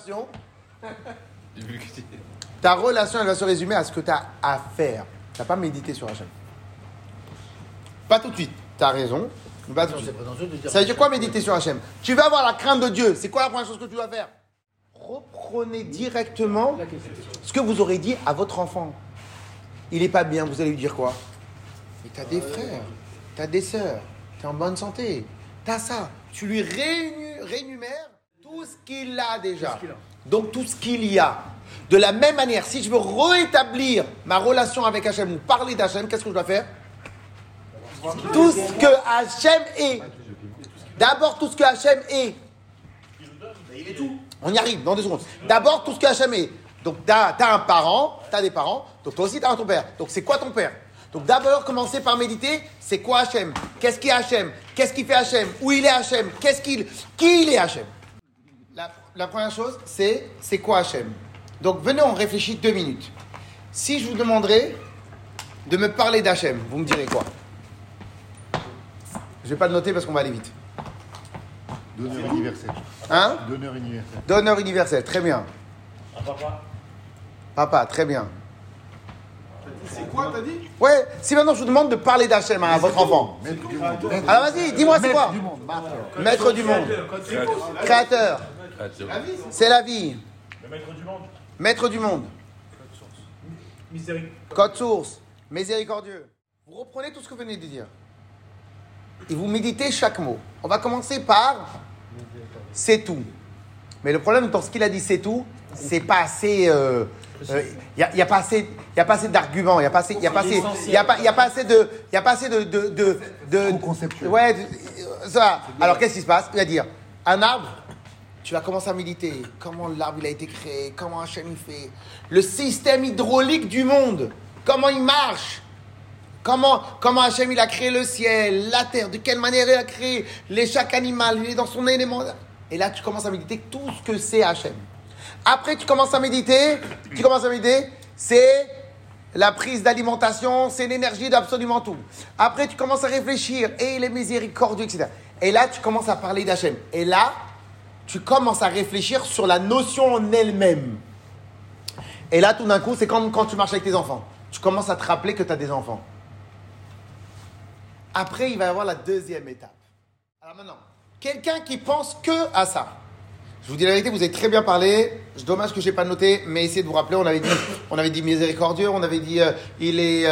ta relation, elle va se résumer à ce que tu as à faire. Tu n'as pas médité sur Hachem. Pas tout de suite. Tu as raison. Mais pas tout de suite. Ça veut dire quoi méditer sur Hachem? Tu veux avoir la crainte de Dieu. C'est quoi la première chose que tu dois faire? Reprenez directement ce que vous aurez dit à votre enfant. Il n'est pas bien, vous allez lui dire quoi? Mais tu as des frères, tu as des sœurs, tu es en bonne santé, tu as ça. Tu lui réénumères tout ce qu'il a déjà. Donc tout ce qu'il y a. De la même manière, si je veux rétablir ma relation avec Hachem ou parler d'Hachem, qu'est-ce que je dois faire? Tout ce que Hachem est. D'abord tout ce que Hachem est. Il est tout. On y arrive dans 2 secondes. D'abord, tout ce que Hachem est. Donc, tu as un parent, tu as des parents, donc toi aussi, tu as ton père. Donc, c'est quoi ton père? Donc, d'abord, commencer par méditer, c'est quoi Hachem? Qu'est-ce qui est Hachem? Qu'est-ce qui fait Hachem? Où il est Hachem? Qui il est Hachem? La première chose, c'est quoi Hachem? Donc, venez, on réfléchit 2 minutes. Si je vous demanderais de me parler d'Hachem, vous me direz quoi? Je ne vais pas le noter parce qu'on va aller vite. Donneur universel. Hein? Donneur universel. Donneur universel, très bien. Papa, très bien. C'est quoi, t'as dit? Ouais, si maintenant je vous demande de parler d'Hachem à votre enfant. Maître du monde. Alors vas-y, dis-moi c'est quoi? Maître du monde. Maître du monde. Créateur. C'est la vie. Le maître du monde. Maître du monde. Code source. Miséricordieux. Vous reprenez tout ce que vous venez de dire. Et vous méditez chaque mot. On va commencer par c'est tout. Mais le problème dans ce qu'il a dit c'est tout, c'est pas assez. Il y a pas assez d'arguments. Il y a pas assez de conceptuel. Ouais, ça. Alors qu'est-ce qui se passe? Il va dire un arbre. Tu vas commencer à méditer. Comment l'arbre il a été créé? Comment Hachem il fait? Le système hydraulique du monde. Comment il marche? Comment Hachem il a créé le ciel, la terre, de quelle manière il a créé chaque animal, il est dans son élément. Et là, tu commences à méditer tout ce que c'est Hachem. Après, tu commences à méditer, c'est la prise d'alimentation, c'est l'énergie d'absolument tout. Après, tu commences à réfléchir, et il est miséricordieux, etc. Et là, tu commences à parler d'Hachem. Et là, tu commences à réfléchir sur la notion en elle-même. Et là, tout d'un coup, c'est comme quand tu marches avec tes enfants. Tu commences à te rappeler que tu as des enfants. Après, il va y avoir la deuxième étape. Alors maintenant, quelqu'un qui pense que à ça. Je vous dis la vérité, vous avez très bien parlé. C'est dommage que je n'ai pas noté, mais essayez de vous rappeler. On avait dit miséricordieux, on avait dit il est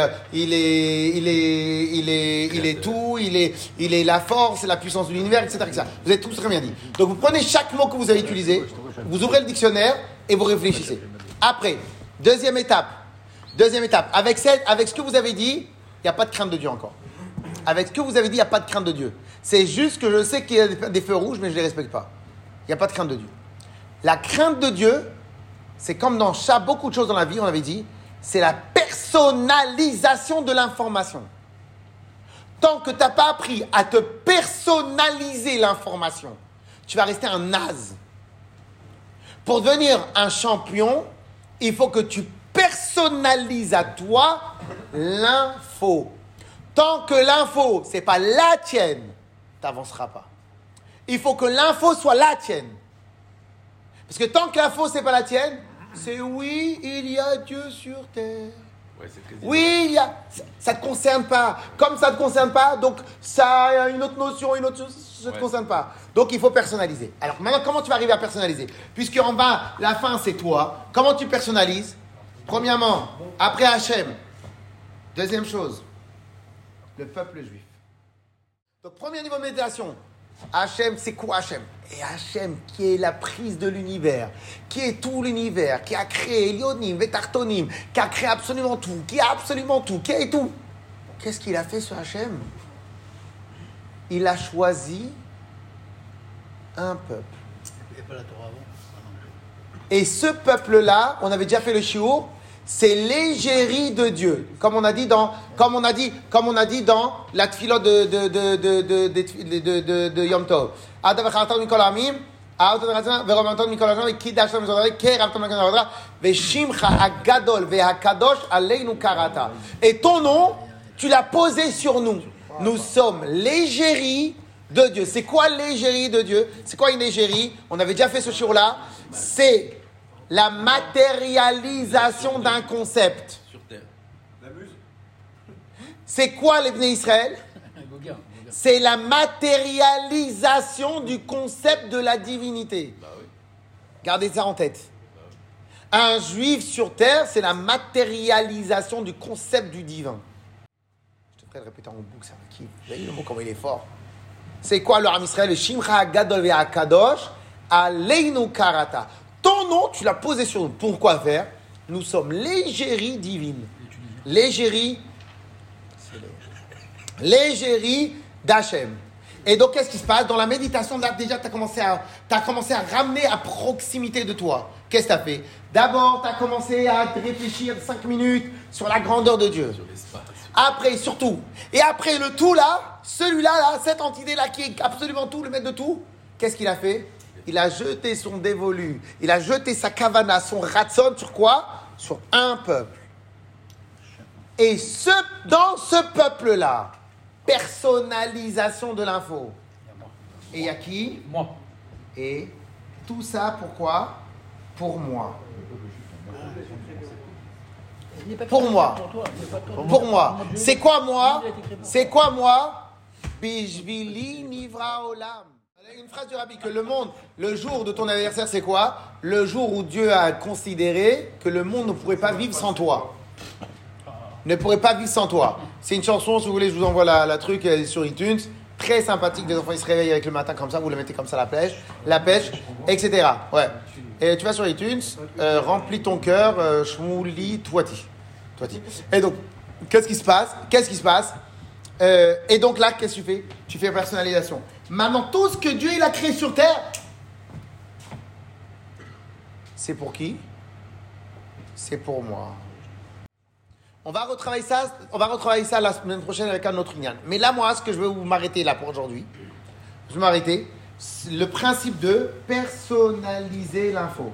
tout, il est la force, la puissance de l'univers, etc., etc. Vous avez tous très bien dit. Donc vous prenez chaque mot que vous avez utilisé, vous ouvrez le dictionnaire et vous réfléchissez. Après, deuxième étape. Avec ce que vous avez dit, il n'y a pas de crainte de Dieu encore. Avec ce que vous avez dit, il n'y a pas de crainte de Dieu. C'est juste que je sais qu'il y a des feux rouges, mais je ne les respecte pas. Il n'y a pas de crainte de Dieu. La crainte de Dieu, c'est comme dans beaucoup de choses dans la vie, on avait dit, c'est la personnalisation de l'information. Tant que tu n'as pas appris à te personnaliser l'information, tu vas rester un naze. Pour devenir un champion, il faut que tu personnalises à toi l'info. Tant que l'info, ce n'est pas la tienne, tu n'avanceras pas. Il faut que l'info soit la tienne. Parce que tant que l'info, ce n'est pas la tienne, c'est oui, il y a Dieu sur terre. Ouais, c'est très Oui, il y a. Ça ne te concerne pas. Comme ça ne te concerne pas, donc ça a une autre notion, une autre chose, ça ne te concerne pas. Donc il faut personnaliser. Alors maintenant, comment tu vas arriver à personnaliser? Puisque en bas, la fin c'est toi. Comment tu personnalises? Premièrement, après Hachem. Deuxième chose, le peuple juif. Donc premier niveau de méditation. Hachem, c'est quoi Hachem? Et Hachem, qui est la prise de l'univers, qui est tout l'univers, qui a créé Elionim, Vetartonim, qui a créé absolument tout, qui a absolument tout, qui est tout. Qu'est-ce qu'il a fait ce Hachem? Il a choisi un peuple. Il n'y a pas la Torah avant. Et ce peuple-là, on avait déjà fait le shiur, c'est l'égérie de Dieu, comme on a dit dans la tfila de Yom Tov. Et ton nom, tu l'as posé sur nous. Nous sommes l'égérie de Dieu. C'est quoi l'égérie de Dieu? C'est quoi une égérie? On avait déjà fait ce shiur-là. C'est la matérialisation d'un concept. sur terre. C'est quoi les Bnei Israël? Gauguin. C'est la matérialisation du concept de la divinité. Bah oui. Gardez ça en tête. Un juif sur terre, c'est la matérialisation du concept du divin. Je te ferai le répéter en boucle, ça me kiffe. Vous voyez le mot, comment il est fort. C'est quoi le Ham Israël? Le Shimcha Gadol Ve'akadosh Aleinu Karata. Ton nom, tu l'as posé sur nous. Pourquoi faire? Nous sommes l'égérie divine. L'égérie d'Hachem. Et donc, qu'est-ce qui se passe? Dans la méditation, là, déjà, tu as commencé à ramener à proximité de toi. Qu'est-ce que tu as fait? D'abord, tu as commencé à réfléchir 5 minutes sur la grandeur de Dieu. Sur l'espace. Après, surtout. Et après, le tout là, celui-là, là, cette entité-là qui est absolument tout, le maître de tout, qu'est-ce qu'il a fait? Il a jeté son dévolu. Il a jeté sa kavana, son ratson sur quoi? Sur un peuple. Et dans ce peuple-là, personnalisation de l'info. Et il y a qui? Moi. Et tout ça, pourquoi? Pour moi. Pour moi. Pour moi. C'est quoi moi? C'est quoi moi? Bishvili nivra olam. Une phrase du Rabbi, que le monde, le jour de ton anniversaire, c'est quoi? Le jour où Dieu a considéré que le monde ne pourrait pas vivre sans toi. Ne pourrait pas vivre sans toi. C'est une chanson, si vous voulez, je vous envoie la truc sur iTunes. Très sympathique, des enfants, ils se réveillent avec le matin comme ça, vous le mettez comme ça, la pêche, etc. Ouais. Et tu vas sur iTunes, remplis ton cœur, Shmouli Twati. Et donc, qu'est-ce qui se passe? Et donc là, qu'est-ce que tu fais? Tu fais personnalisation. Maintenant, tout ce que Dieu il a créé sur terre, c'est pour qui? C'est pour moi. On va retravailler ça la semaine prochaine avec un autre Inyan. Mais là, moi, ce que je veux vous m'arrêter là pour aujourd'hui, je vais m'arrêter. Le principe de personnaliser l'info.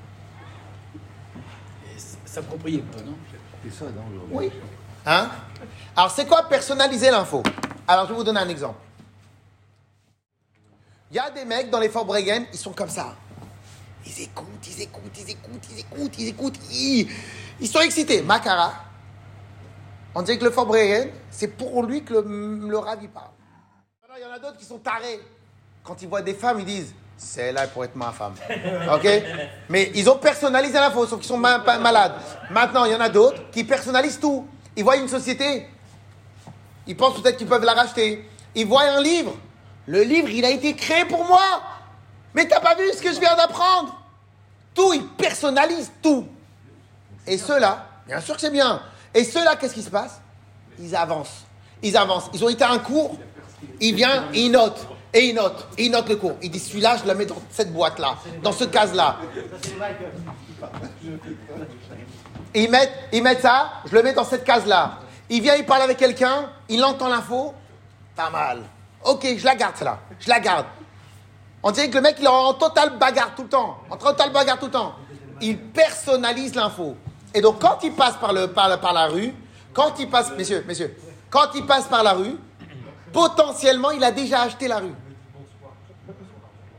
S'approprier, non? C'est ça, non, aujourd'hui. Oui. Hein? Alors, c'est quoi personnaliser l'info? Alors, je vais vous donner un exemple. Il y a des mecs dans les Fort Bregen, ils sont comme ça. Ils écoutent. Ils sont excités. Makara. On dirait que le Fort Bregen, c'est pour lui que le Rav y parle. Alors, il y en a d'autres qui sont tarés. Quand ils voient des femmes, ils disent « celle-là pour être ma femme ». Ok? Mais ils ont personnalisé l'info, sauf qu'ils sont malades. Maintenant, il y en a d'autres qui personnalisent tout. Ils voient une société. Ils pensent peut-être qu'ils peuvent la racheter. Ils voient un livre. Le livre, il a été créé pour moi. Mais t'as pas vu ce que je viens d'apprendre? Tout, ils personnalisent tout. Et ceux-là, bien sûr que c'est bien. Et ceux-là, qu'est-ce qui se passe? Ils avancent. Ils ont été à un cours. Ils viennent, ils notent. Et ils notent le cours. Ils disent, celui-là, je le mets dans cette boîte-là, dans ce case-là. Ils mettent ça, je le mets dans cette case-là. Il vient, il parle avec quelqu'un, il entend l'info, pas mal. Ok, je la garde, celle-là. Je la garde. On dirait que le mec, il est en total bagarre tout le temps. Il personnalise l'info. Et donc, quand il passe par la rue, messieurs, quand il passe par la rue, potentiellement, il a déjà acheté la rue.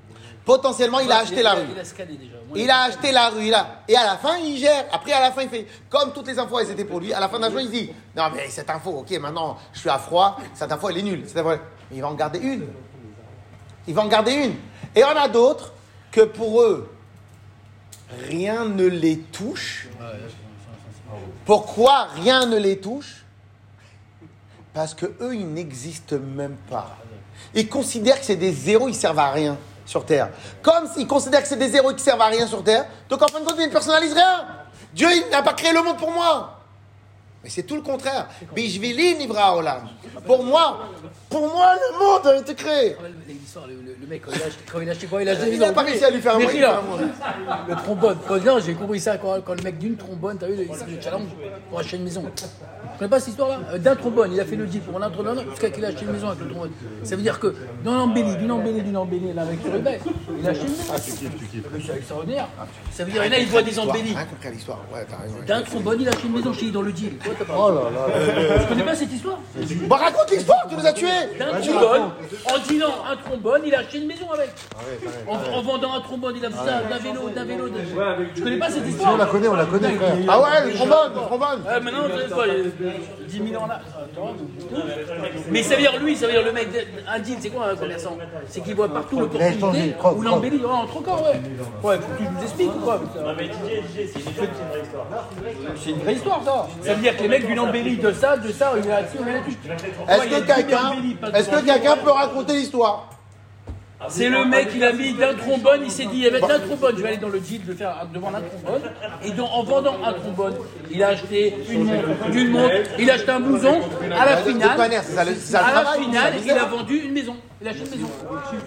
Potentiellement, il a acheté la rue. Il a scanné déjà. Il a acheté la rue, là. Et à la fin, il gère. Après, à la fin, il fait. Comme toutes les infos, elles étaient pour lui. À la fin de la journée, il dit non, mais cette info, ok, maintenant, je suis à froid. Cette info, elle est nulle. Mais il va en garder une. Il va en garder une. Et on a d'autres que pour eux, rien ne les touche. Pourquoi rien ne les touche? Parce que eux, ils n'existent même pas. Ils considèrent que c'est des zéros, ils servent à rien sur Terre. Comme s'ils considèrent que c'est des zéros qui servent à rien sur Terre, donc en fin de compte, ils ne personnalisent rien. Dieu, il n'a pas créé le monde pour moi. Mais c'est tout le contraire. Bishvili nivra olam. Pour moi, le monde a été créé. L'histoire, le mec, quand il a acheté quoi? Il n'a pas réussi à lui faire un le trombone. Non, j'ai compris ça quand le mec d'une trombone, t'as vu le challenge pour acheter une maison. Tu connais pas cette histoire-là? D'un trombone, il a fait le deal pour un trombone jusqu'à qu'il a acheté une maison avec le trombone. Ça veut dire que d'une embellie, là, avec le mec, il a acheté une maison. C'est extraordinaire. Ça veut dire, il voit des embellies. Rien compris à l'histoire. Ouais, t'as raison. D'un trombone, il a acheté une maison, je dis dans le deal. Oh là là. Tu connais pas cette histoire? Bah, raconte l'histoire, tu nous as tués. D'un trombone, en dealant un trombone, il a acheté une maison avec. En vendant un trombone, il a fait ça d'un vélo. Tu connais pas cette histoire? On la connaît, frère. Ah ouais, le trombone. Maintenant, 10 000 ans là. Mais ça veut dire le mec, un deal, c'est quoi un commerçant? C'est qu'il voit partout l'opportunité ou l'embellie. Oh, entre encore, ouais. Ouais, faut que tu nous expliques ou quoi? Non, mais DJ, c'est une vraie histoire. C'est une vraie histoire, ça. Ça veut dire que les mecs d'une embellie de ça, il est là-dessus, on est là-dessus. Est-ce que quelqu'un peut raconter l'histoire? C'est le mec, il a mis d'un trombone, il s'est dit, il y avait d'un trombone, je vais aller dans le deal, je vais faire devant un trombone. Et donc, en vendant un trombone, il a acheté une montre, il a acheté un blouson. À la finale, il a vendu une maison. Il a acheté une maison.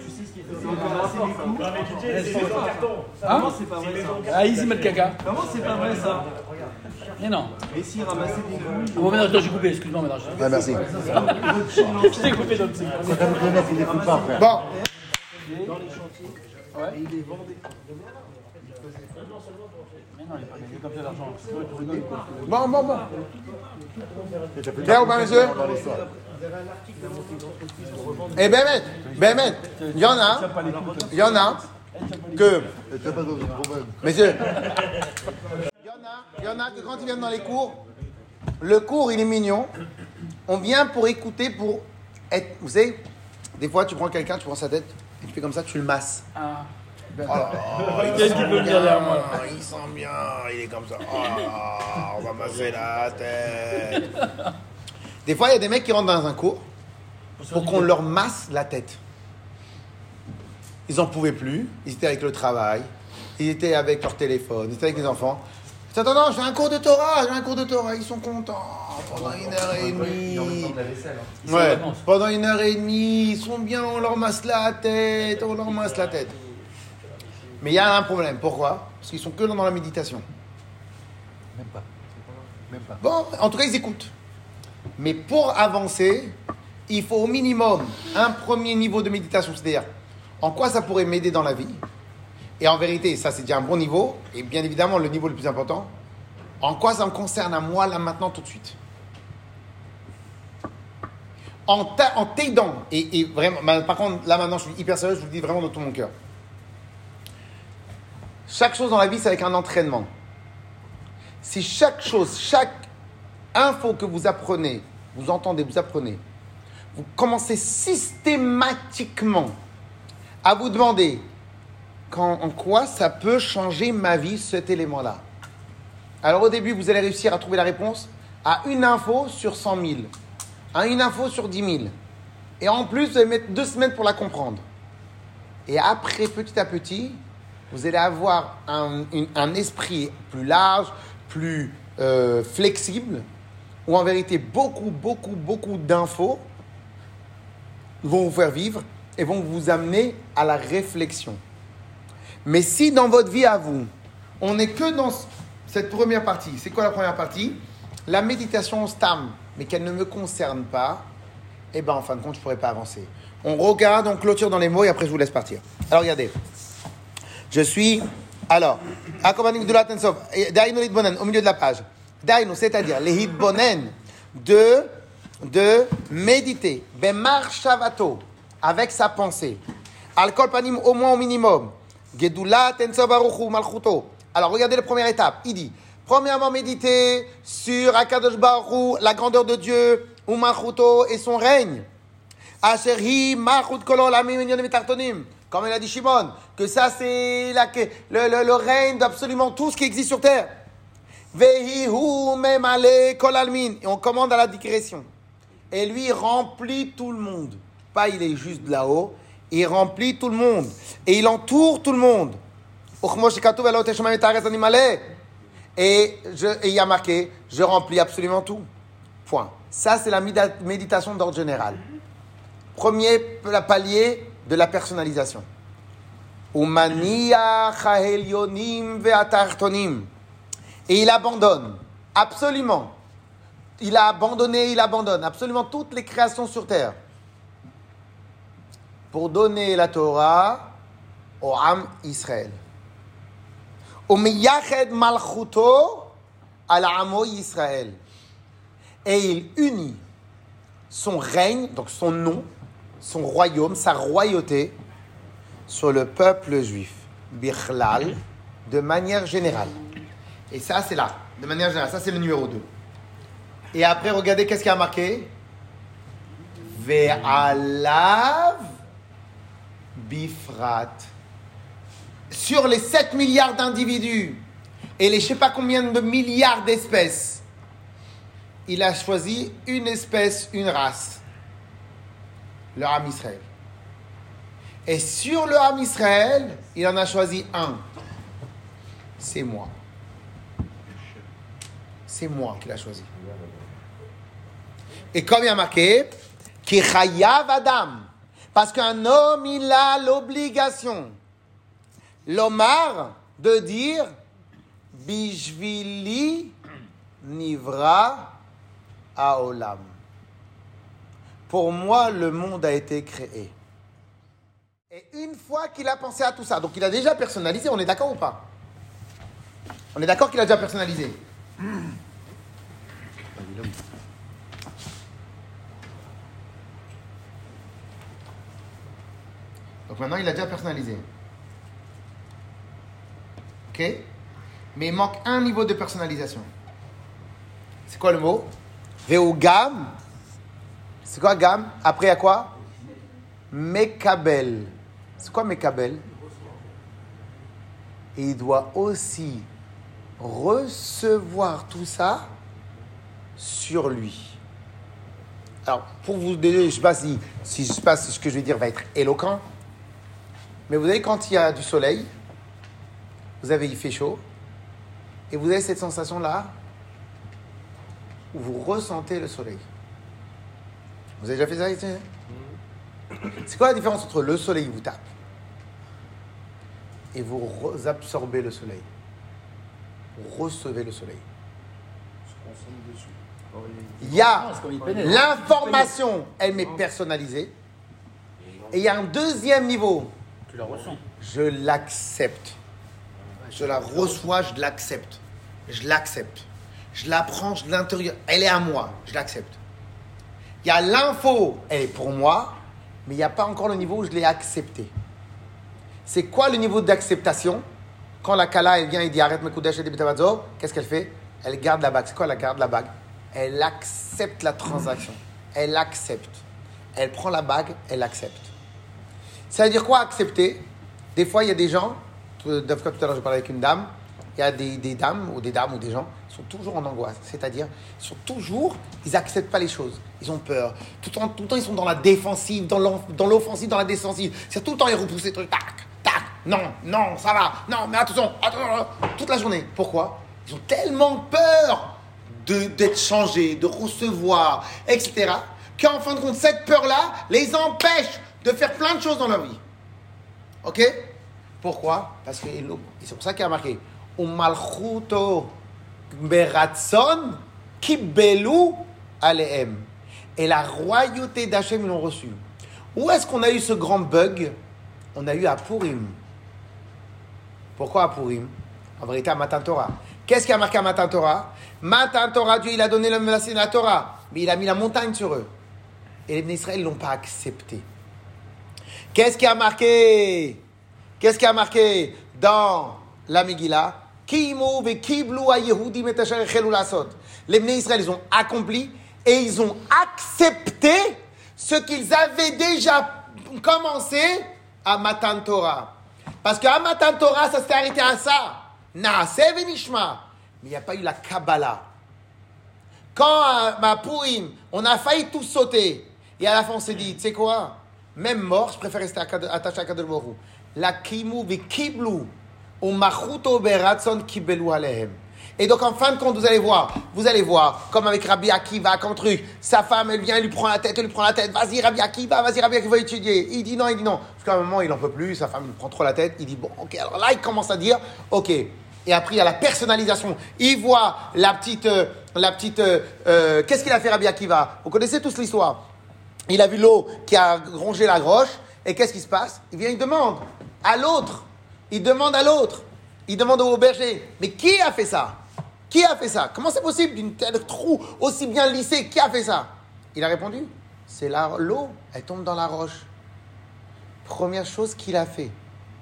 Comment c'est pas vrai ça? Ah, ici, met le caca. Comment c'est pas vrai ça? Mais non. Et s'il ramassait des couilles? Bon, maintenant, j'ai coupé, excuse-moi, maintenant. Ouais, merci. Je t'ai coupé dans le second. Quand t'as le mec, il écoute pas, frère. Bon. Dans les chantiers. Ouais. Et il les vendait. Mais non, il pas gagné comme ça l'argent. Tu rigoles quoi? Bon. Claire ou pas, monsieur? Eh ben, il y en a que... Messieurs, il y en a que quand ils viennent dans les cours, le cours, il est mignon. On vient pour écouter, pour être... Vous savez, des fois, tu prends quelqu'un, tu prends sa tête, et tu fais comme ça, tu le masses. Ah. Oh là là, il sent bien, il est comme ça. Oh, on va masser la tête. Des fois, il y a des mecs qui rentrent dans un cours pour qu'on leur masse la tête. Ils n'en pouvaient plus, ils étaient avec le travail, ils étaient avec leur téléphone, ils étaient avec les enfants. Attends, j'ai un cours de Torah, ils sont contents. Pendant 1h30. Ouais, pendant 1h30, ils sont bien, on leur masse la tête. Mais il y a un problème, pourquoi? Parce qu'ils sont que dans la méditation. Même pas. Bon, en tout cas, ils écoutent. Mais pour avancer, il faut au minimum un premier niveau de méditation, c'est-à-dire en quoi ça pourrait m'aider dans la vie. Et en vérité, ça c'est déjà un bon niveau, et bien évidemment le niveau le plus important, en quoi ça me concerne à moi là maintenant tout de suite. En t'aidant, et vraiment, par contre là maintenant je suis hyper sérieux, je vous le dis vraiment de tout mon cœur. Chaque chose dans la vie c'est avec un entraînement. Si chaque info que vous apprenez, vous entendez, vous apprenez, vous commencez systématiquement à vous demander en quoi ça peut changer ma vie, cet élément-là. Alors au début, vous allez réussir à trouver la réponse à une info sur 100 000, à une info sur 10 000. Et en plus, vous allez mettre 2 semaines pour la comprendre. Et après, petit à petit, vous allez avoir un esprit plus large, plus flexible, où en vérité, beaucoup d'infos vont vous faire vivre et vont vous amener à la réflexion. Mais si dans votre vie à vous, on n'est que dans cette première partie, c'est quoi la première partie? La méditation stam, mais qu'elle ne me concerne pas, eh bien en fin de compte, je ne pourrais pas avancer. On regarde, on clôture dans les mots et après je vous laisse partir. Alors regardez, je suis, Akobanim Gdulat Ensof, Daïno Hitbonen, au milieu de la page. Daïno, c'est-à-dire les Hitbonen de méditer, Bemar Shavato, avec sa pensée. Al kol panim, au moins au minimum. Gedulat enso baruchu malchuto. Alors, regardez la première étape. Il dit, premièrement, méditer sur Akadosh Baruch Hu, la grandeur de Dieu, ou malchuto et son règne. Asherhi malchut kol olamim enyonim etartonim. Comme il a dit Shimon, que ça c'est le règne d'absolument tout ce qui existe sur terre. Vehi hu memale kol almin. Et on commande à la digression. Et lui, il remplit tout le monde. Pas il est juste là-haut. Il remplit tout le monde. Et il entoure tout le monde. Et il y a marqué, je remplis absolument tout. Point. Ça, c'est la méditation d'ordre général. Premier palier de la personnalisation. Et il abandonne. Absolument. Il abandonne absolument toutes les créations sur terre. Pour donner la Torah au Am Israël. Umiyached malchuto al Amo Israël. Et il unit son règne, donc son nom, son royaume, sa royauté, sur le peuple juif. Bichlal, de manière générale. Et ça, c'est là, de manière générale. Ça, c'est le numéro 2. Et après, regardez qu'est-ce qu'il y a marqué. Ve'alav bifrat. Sur les 7 milliards d'individus et les je ne sais pas combien de milliards d'espèces, il a choisi une espèce, une race. Le Ham Israël. Et sur le Ham Israël, il en a choisi un. C'est moi. C'est moi qu'il a choisi. Et comme il y a marqué, Ki chayav Adam, parce qu'un homme, il a l'obligation, l'omar, de dire, Bishvili nivra haolam. Pour moi, le monde a été créé. Et une fois qu'il a pensé à tout ça, donc il a déjà personnalisé, on est d'accord ou pas? On est d'accord qu'il a déjà personnalisé? Donc maintenant, il a déjà personnalisé. Ok? Mais il manque un niveau de personnalisation. C'est quoi le mot? Ve'ugam. C'est quoi gam? Après, il y a quoi? Mekabel. C'est quoi Mekabel? Et il doit aussi recevoir tout ça sur lui. Alors, pour vous donner, je ne sais pas si ce que je vais dire va être éloquent, mais vous savez, quand il y a du soleil, il fait chaud, et vous avez cette sensation-là où vous ressentez le soleil. Vous avez déjà fait ça ici? C'est quoi la différence entre le soleil vous tape et vous absorbez le soleil? Vous recevez le soleil. Il y a l'information, elle m'est personnalisée. Et il y a un deuxième niveau. Tu la ressens. Je l'accepte. Je la reçois, je l'accepte. Je l'accepte. Je la prends, je l'intérieur. Elle est à moi, je l'accepte. Il y a l'info, elle est pour moi, mais il n'y a pas encore le niveau où je l'ai accepté. C'est quoi le niveau d'acceptation? Quand la Kala, elle vient et dit arrête mes Mekudesh et Debitavazo, qu'est-ce qu'elle fait? Elle garde la bague. C'est quoi la garde la bague? Elle accepte la transaction. Elle accepte. Elle prend la bague, elle accepte. Ça veut dire quoi accepter? Des fois, il y a des gens, tout à l'heure, je parlais avec une dame, il y a des dames ou des gens, ils sont toujours en angoisse. C'est-à-dire, ils n'acceptent pas les choses. Ils ont peur. Tout le temps, ils sont dans la défensive, dans l'offensive, dans la défensive. C'est tout le temps, ils repoussent les trucs. Tac, tac, non, ça va. Non, mais attention, toute la journée. Pourquoi? Ils ont tellement peur d'être changés, de recevoir, etc., qu'en fin de compte, cette peur-là les empêche de faire plein de choses dans leur vie. Ok? Pourquoi? Parce que c'est pour ça qu'il y a marqué Umalchuto beratson kibelu alehem. Et la royauté d'Hachem, ils l'ont reçue. Où est-ce qu'on a eu ce grand bug? On a eu à Purim. Pourquoi à Purim? En vérité, à Matan Torah. Qu'est-ce qui a marqué à Matan Torah? Matan Torah, Dieu, il a donné la Torah, mais il a mis la montagne sur eux. Et les Bnei Israël ne l'ont pas accepté. Qu'est-ce qui a marqué dans la Megillah? Kimu vekiblu hayehudim et asher echelou lasot. Les Bnei Israël, ils ont accompli et ils ont accepté ce qu'ils avaient déjà commencé à Matan Torah. Parce qu'à Matan Torah, ça s'est arrêté à ça. Naaseh venishma. Mais il n'y a pas eu la Kabbalah. Quand à Purim, on a failli tous sauter. Et à la fin, on s'est dit, tu sais quoi? Même mort, je préfère rester attaché à Kadosh Baruch Hu. La kimu vekiblu umachuto beratson kibelu alehem. Et donc, en fin de compte, vous allez voir, comme avec Rabbi Akiva, comme truc, sa femme, elle vient, elle lui prend la tête, vas-y Rabbi Akiva, étudier. Il dit non. Parce qu'à un moment, il n'en peut plus, sa femme lui prend trop la tête, il dit bon, ok, alors là, il commence à dire, ok. Et après, il y a la personnalisation. Il voit la petite, qu'est-ce qu'il a fait Rabbi Akiva? Vous connaissez tous l'histoire. Il a vu l'eau qui a rongé la roche, et qu'est-ce qui se passe? Il vient, il demande à l'autre. Il demande au berger, mais qui a fait ça? Comment c'est possible d'une telle trou aussi bien lissé? Qui a fait ça? Il a répondu, c'est l'eau, elle tombe dans la roche. Première chose qu'il a fait,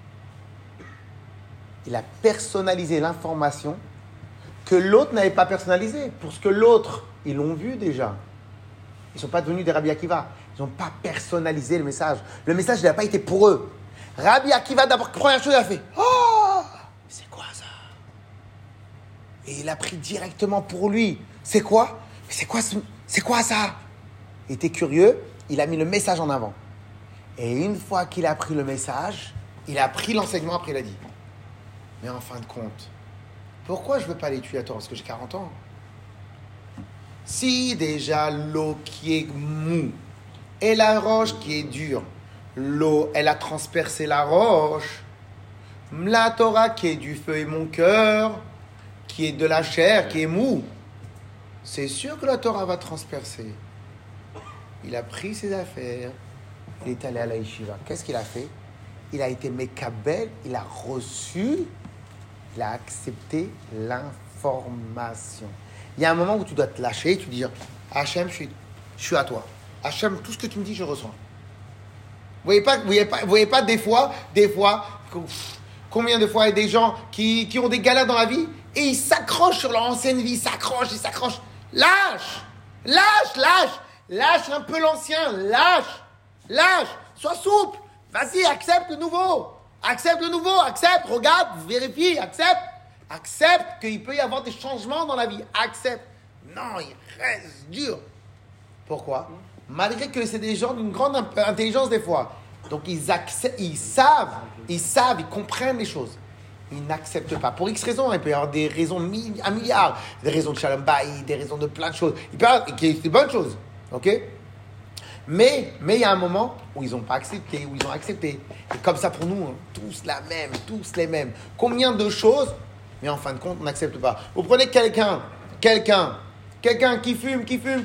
il a personnalisé l'information que l'autre n'avait pas personnalisée. Parce que l'autre, ils l'ont vu déjà. Ils ne sont pas devenus des Rabbi Akiva. Ils n'ont pas personnalisé le message. Le message, il n'a pas été pour eux. Rabbi Akiva, d'abord, première chose, il a fait, oh, c'est quoi ça? Et il a pris directement pour lui. C'est quoi? C'est quoi ça? Il était curieux, il a mis le message en avant. Et une fois qu'il a pris le message, il a pris l'enseignement, après il a dit, mais en fin de compte, pourquoi je ne veux pas les tuer à tort? Parce que j'ai 40 ans. Si déjà l'eau qui est mou et la roche qui est dure, l'eau, elle a transpercé la roche, la Torah qui est du feu et mon cœur, qui est de la chair, qui est mou, c'est sûr que la Torah va transpercer. Il a pris ses affaires, il est allé à la yeshiva. Qu'est-ce qu'il a fait? Il a été mekabel, il a reçu, il a accepté l'information. Il y a un moment où tu dois te lâcher, tu dis, Hachem, je suis à toi. Hachem, tout ce que tu me dis, je ressens. Vous voyez pas des fois, combien de fois il y a des gens qui ont des galères dans la vie et ils s'accrochent sur leur ancienne vie, ils s'accrochent. Lâche un peu l'ancien, lâche, sois souple, vas-y, accepte le nouveau, regarde, vérifie, accepte qu'il peut y avoir des changements dans la vie, accepte. Non, il reste dur. Pourquoi? Malgré que c'est des gens d'une grande intelligence des fois. Donc ils savent, ils comprennent les choses. Ils n'acceptent pas. Pour X raisons, il peut y avoir des raisons, un milliard. Des raisons de Shalom Bayit, des raisons de plein de choses. Il peut y avoir des bonnes choses. Ok? Mais il y a un moment où ils n'ont pas accepté, où ils ont accepté. Et comme ça pour nous, tous les mêmes. Combien de choses, mais en fin de compte, on n'accepte pas. Vous prenez quelqu'un qui fume.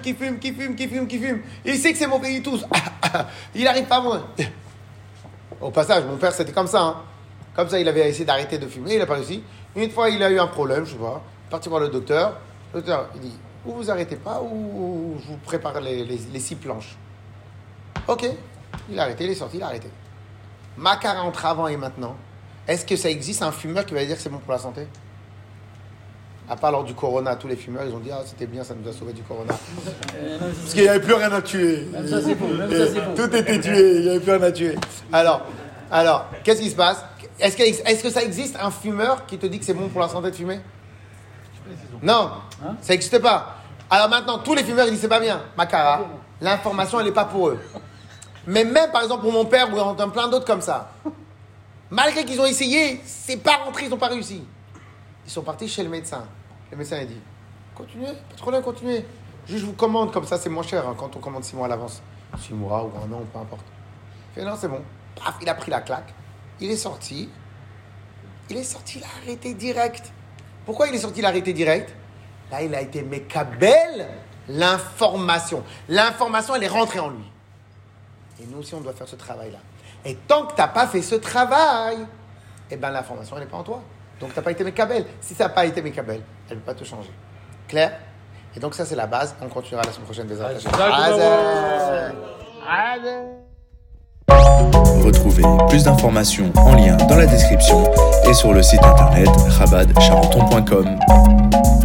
Il sait que c'est mauvais, il tousse. Il n'arrive pas à moi. Au passage, mon père, c'était comme ça. Hein. Comme ça, il avait essayé d'arrêter de fumer, il n'a pas réussi. Une fois, il a eu un problème, je sais pas. Il est parti voir le docteur. Le docteur, il dit, ou vous arrêtez pas, ou je vous prépare les 6 planches. Ok. Il a arrêté, il est sorti, il a arrêté. Ma cara entre avant et maintenant. Est-ce que ça existe un fumeur qui va dire que c'est bon pour la santé? À part lors du corona, tous les fumeurs, ils ont dit « Ah, c'était bien, ça nous a sauvé du corona. » Parce qu'il n'y avait plus rien à tuer. Même ça, c'est faux. Tout était tué, il n'y avait plus rien à tuer. Alors, qu'est-ce qui se passe? Est-ce que ça existe un fumeur qui te dit que c'est bon pour la santé de fumer? Non, ça n'existe pas. Alors maintenant, tous les fumeurs, ils disent « C'est pas bien. » Makara, l'information, elle n'est pas pour eux. Mais même, par exemple, pour mon père ou plein d'autres comme ça, malgré qu'ils ont essayé, c'est pas rentré, ils n'ont pas réussi. Ils sont partis chez le médecin. Le médecin a dit, continuez, pas de problème, continuez. Juste, je vous commande, comme ça, c'est moins cher quand on commande 6 mois à l'avance. 6 mois ou 1 an, peu importe. Il fait, non, c'est bon. Paf, il a pris la claque. Il est sorti, il a arrêté direct. Pourquoi il est sorti, il a arrêté direct? Là, il a été mekabel l'information. L'information, elle est rentrée en lui. Et nous aussi, on doit faire ce travail-là. Et tant que tu n'as pas fait ce travail, eh ben, l'information, elle n'est pas en toi. Donc, tu n'as pas été Mekabel. Si ça n'a pas été Mekabel, elle ne peut pas te changer. Clair? Et donc, ça, c'est la base. On continuera la semaine prochaine des attaches. Retrouvez plus d'informations en lien dans la description et sur le site internet chabadcharenton.com.